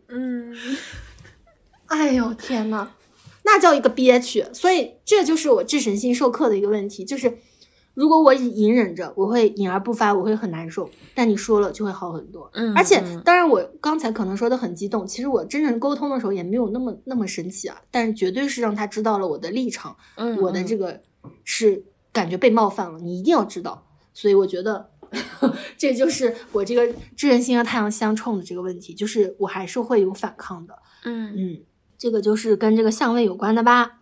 哎呦天哪，那叫一个憋屈。所以这就是我智神星授课的一个问题，就是如果我隐忍着，我会隐而不发，我会很难受，但你说了就会好很多。而且当然我刚才可能说的很激动，其实我真正沟通的时候也没有那么生气啊，但是绝对是让他知道了我的立场，我的这个是感觉被冒犯了，你一定要知道。所以我觉得这就是我这个智人星和太阳相冲的这个问题，就是我还是会有反抗的。这个就是跟这个相位有关的吧。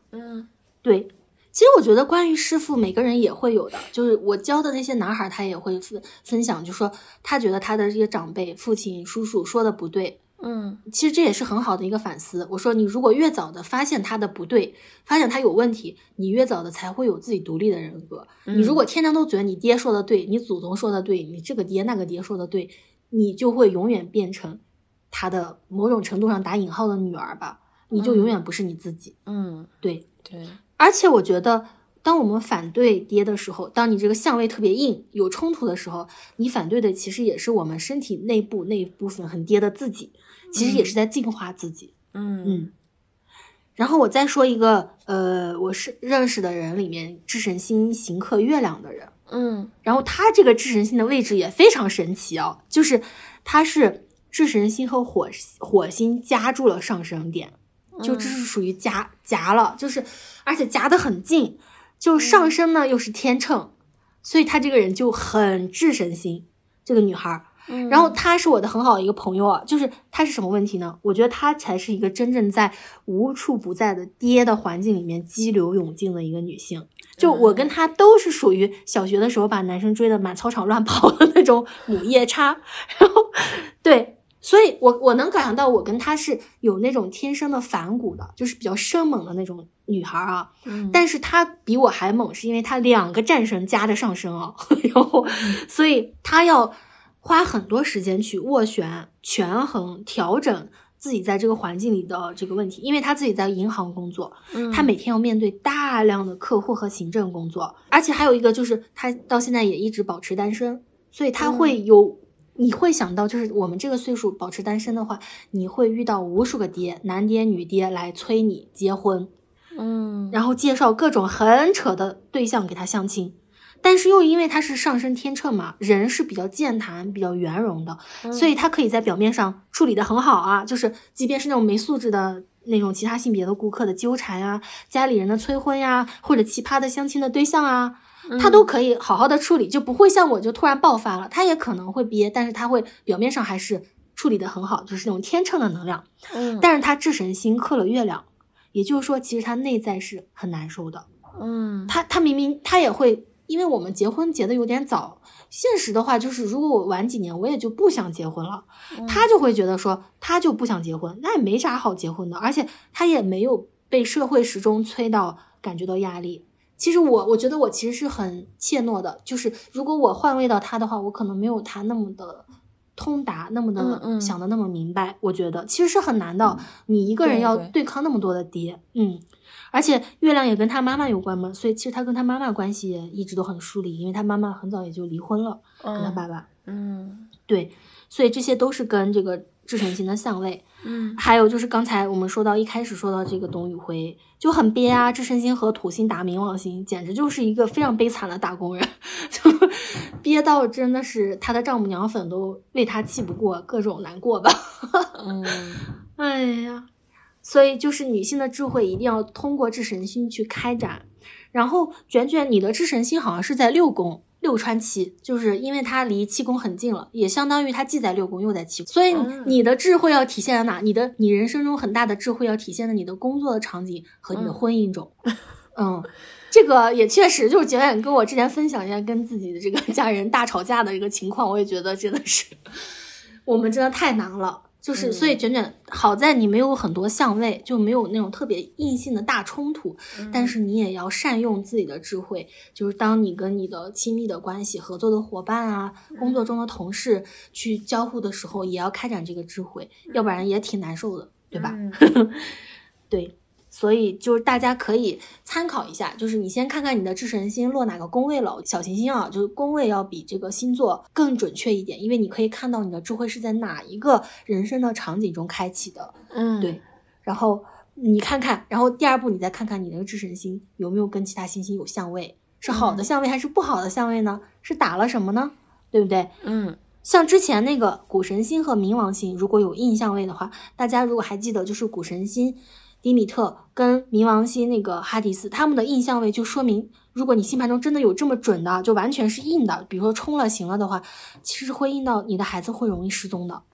对，其实我觉得关于弑父每个人也会有的，就是我教的那些男孩他也会分享，就说他觉得他的这些长辈父亲叔叔说的不对，其实这也是很好的一个反思。我说你如果越早的发现他的不对，发现他有问题，你越早的才会有自己独立的人格。你如果天天都觉得你爹说的对，你祖宗说的对，你这个爹那个爹说的对，你就会永远变成他的某种程度上打引号的女儿吧，你就永远不是你自己。对。而且我觉得当我们反对爹的时候，当你这个相位特别硬有冲突的时候，你反对的其实也是我们身体内部那一部分很爹的自己，其实也是在净化自己。然后我再说一个我是认识的人里面智神星刑克月亮的人，然后他这个智神星的位置也非常神奇啊，就是他是智神星和火星夹住了上升点，就这是属于夹了，就是而且夹得很近，就上升呢又是天秤，所以他这个人就很智神星，这个女孩。然后她是我的很好的一个朋友啊，就是她是什么问题呢？我觉得她才是一个真正在无处不在的爹的环境里面激流勇进的一个女性。就我跟她都是属于小学的时候把男生追得满操场乱跑的那种母夜叉，然后对。所以我能感想到我跟她是有那种天生的反骨的，就是比较生猛的那种女孩啊。但是她比我还猛，是因为她2个战神夹着上升啊，然后所以她要花很多时间去斡旋、权衡、调整自己在这个环境里的这个问题，因为她自己在银行工作，她每天要面对大量的客户和行政工作，而且还有一个就是她到现在也一直保持单身，所以她会有你会想到，就是我们这个岁数保持单身的话，你会遇到无数个爹，男爹女爹来催你结婚，然后介绍各种很扯的对象给他相亲。但是又因为他是上升天秤嘛，人是比较健谈比较圆融的，所以他可以在表面上处理得很好啊，就是即便是那种没素质的那种其他性别的顾客的纠缠呀，家里人的催婚呀，或者奇葩的相亲的对象啊，他都可以好好的处理，就不会像我就突然爆发了。他也可能会憋，但是他会表面上还是处理得很好，就是那种天秤的能量。但是他智神星克了月亮，也就是说其实他内在是很难受的。他明明他也会，因为我们结婚结得有点早，现实的话就是如果我晚几年我也就不想结婚了，他就会觉得说他就不想结婚，那也没啥好结婚的，而且他也没有被社会时钟催到感觉到压力。其实我觉得我其实是很怯懦的，就是如果我换位到他的话，我可能没有他那么的通达，那么的想的那么明白。我觉得其实是很难的，你一个人要对抗那么多的爹。而且月亮也跟他妈妈有关嘛，所以其实他跟他妈妈关系也一直都很疏离，因为他妈妈很早也就离婚了，跟他爸爸。对，所以这些都是跟这个智神星的相位。还有就是刚才我们说到一开始说到这个董宇辉就很憋啊，智神星和土星打冥王星，简直就是一个非常悲惨的打工人，就憋到真的是他的丈母娘粉都为他气不过，各种难过吧。哎呀，所以就是女性的智慧一定要通过智神星去开展。然后卷卷你的智神星好像是在6宫6川7，就是因为它离7宫很近了，也相当于它既在6宫又在7宫，所以你的智慧要体现在哪？你人生中很大的智慧要体现在你的工作的场景和你的婚姻中。这个也确实就是卷卷跟我之前分享一下跟自己的这个家人大吵架的一个情况，我也觉得真的是我们真的太难了。就是所以卷卷好在你没有很多相位，就没有那种特别硬性的大冲突，但是你也要善用自己的智慧，就是当你跟你的亲密的关系合作的伙伴啊，工作中的同事去交互的时候也要开展这个智慧，要不然也挺难受的，对吧？对，所以就是大家可以参考一下，就是你先看看你的智神星落哪个宫位了，小行星啊，就是宫位要比这个星座更准确一点，因为你可以看到你的智慧是在哪一个人生的场景中开启的。对，然后你看看，然后第二步你再看看你的智神星有没有跟其他行星有相位，是好的相位还是不好的相位呢？是打了什么呢？对不对？像之前那个谷神星和冥王星如果有硬相位的话，大家如果还记得，就是谷神星迪米特跟冥王星那个哈迪斯他们的硬相位，就说明如果你星盘中真的有这么准的，就完全是硬的，比如说冲了行了的话，其实会硬到你的孩子会容易失踪的，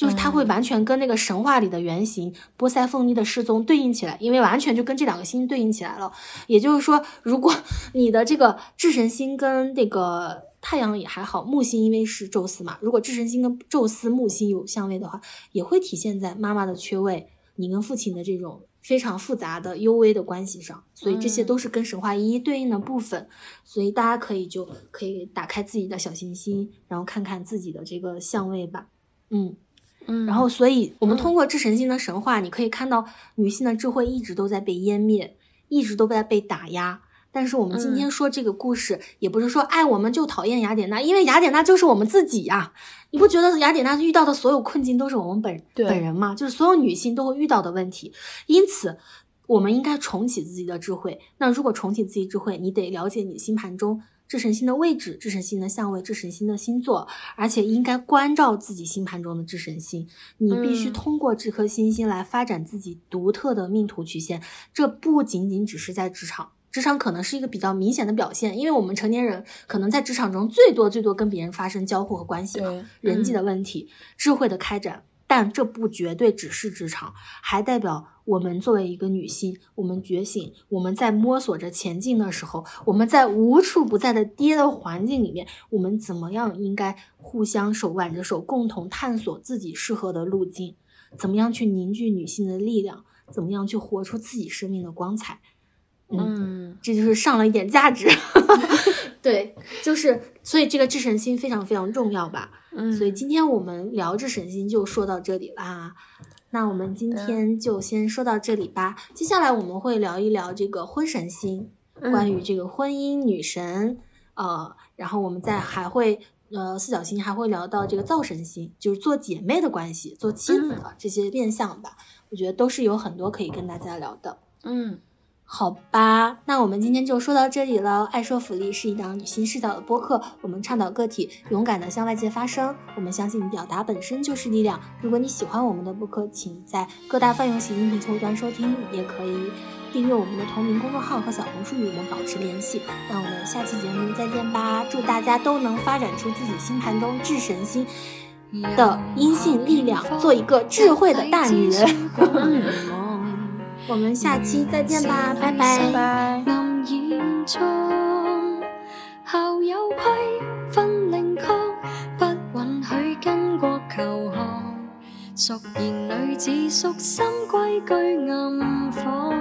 就是它会完全跟那个神话里的原型波塞凤妮的失踪对应起来，因为完全就跟这两个星对应起来了。也就是说，如果你的这个智神星跟这个太阳也还好，木星因为是宙斯嘛，如果智神星跟宙斯木星有相位的话，也会体现在妈妈的缺位，你跟父亲的这种非常复杂的幽微的关系上，所以这些都是跟神话一一对应的部分。所以大家可以打开自己的小行星，然后看看自己的这个相位吧。然后所以我们通过智神星的神话，你可以看到女性的智慧一直都在被湮灭，一直都在被打压。但是我们今天说这个故事，也不是说我们就讨厌雅典娜，因为雅典娜就是我们自己呀。你不觉得雅典娜遇到的所有困境都是我们本人吗？就是所有女性都会遇到的问题。因此我们应该重启自己的智慧。那如果重启自己智慧，你得了解你星盘中智神星的位置、智神星的相位、智神星的星座，而且应该关照自己星盘中的智神星。你必须通过这颗星星来发展自己独特的命途曲线。这不仅仅只是在职场可能是一个比较明显的表现，因为我们成年人可能在职场中最多跟别人发生交互和关系嘛，人际的问题，智慧的开展。但这不绝对只是职场，还代表我们作为一个女性，我们觉醒，我们在摸索着前进的时候，我们在无处不在的跌的环境里面，我们怎么样应该互相手挽着手，共同探索自己适合的路径，怎么样去凝聚女性的力量，怎么样去活出自己生命的光彩。这就是上了一点价值。对，就是所以这个智神星非常非常重要吧。所以今天我们聊智神星就说到这里啦。那我们今天就先说到这里吧。接下来我们会聊一聊这个婚神星，关于这个婚姻女神，然后我们还会四角星还会聊到这个灶神星，就是做姐妹的关系，做妻子的这些变相吧。我觉得都是有很多可以跟大家聊的。好吧，那我们今天就说到这里了。爱说福利是一档女性视角的播客，我们倡导个体勇敢地向外界发声，我们相信表达本身就是力量。如果你喜欢我们的播客，请在各大泛用型音频客户端收听，也可以订阅我们的同名公众号和小红书与我们保持联系。那我们下期节目再见吧，祝大家都能发展出自己星盘中智神星的阴性力量，做一个智慧的大女人。我们下期再见吧，拜拜。 暗掩中校友規分令曲，不允許跟國求學，淑賢女子屬心規矩暗訪，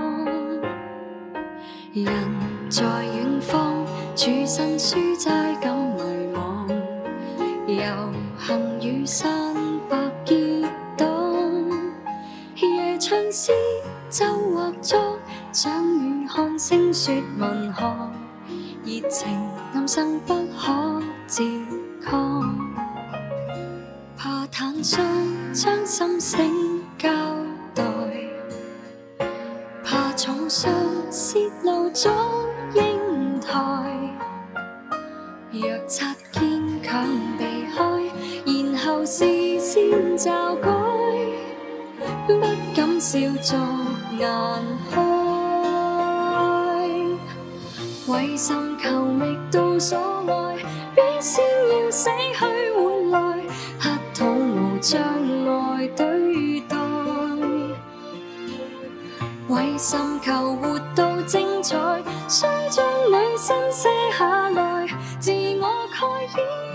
人在遠方處身書齋感迷惘，遊行雨傘白結黨，夜唱詩奏或作，想與看星說文學，熱情暗生不可自抗，怕坦率將心聲交代，怕重述泄露咗英台，若擦堅強避開，然後事先驟改，不敢笑作顏開，為尋求覓到所愛，必先要死去換來，乞討無障礙對待，為尋求活到精彩，須將女身卸下來，自我蓋掩。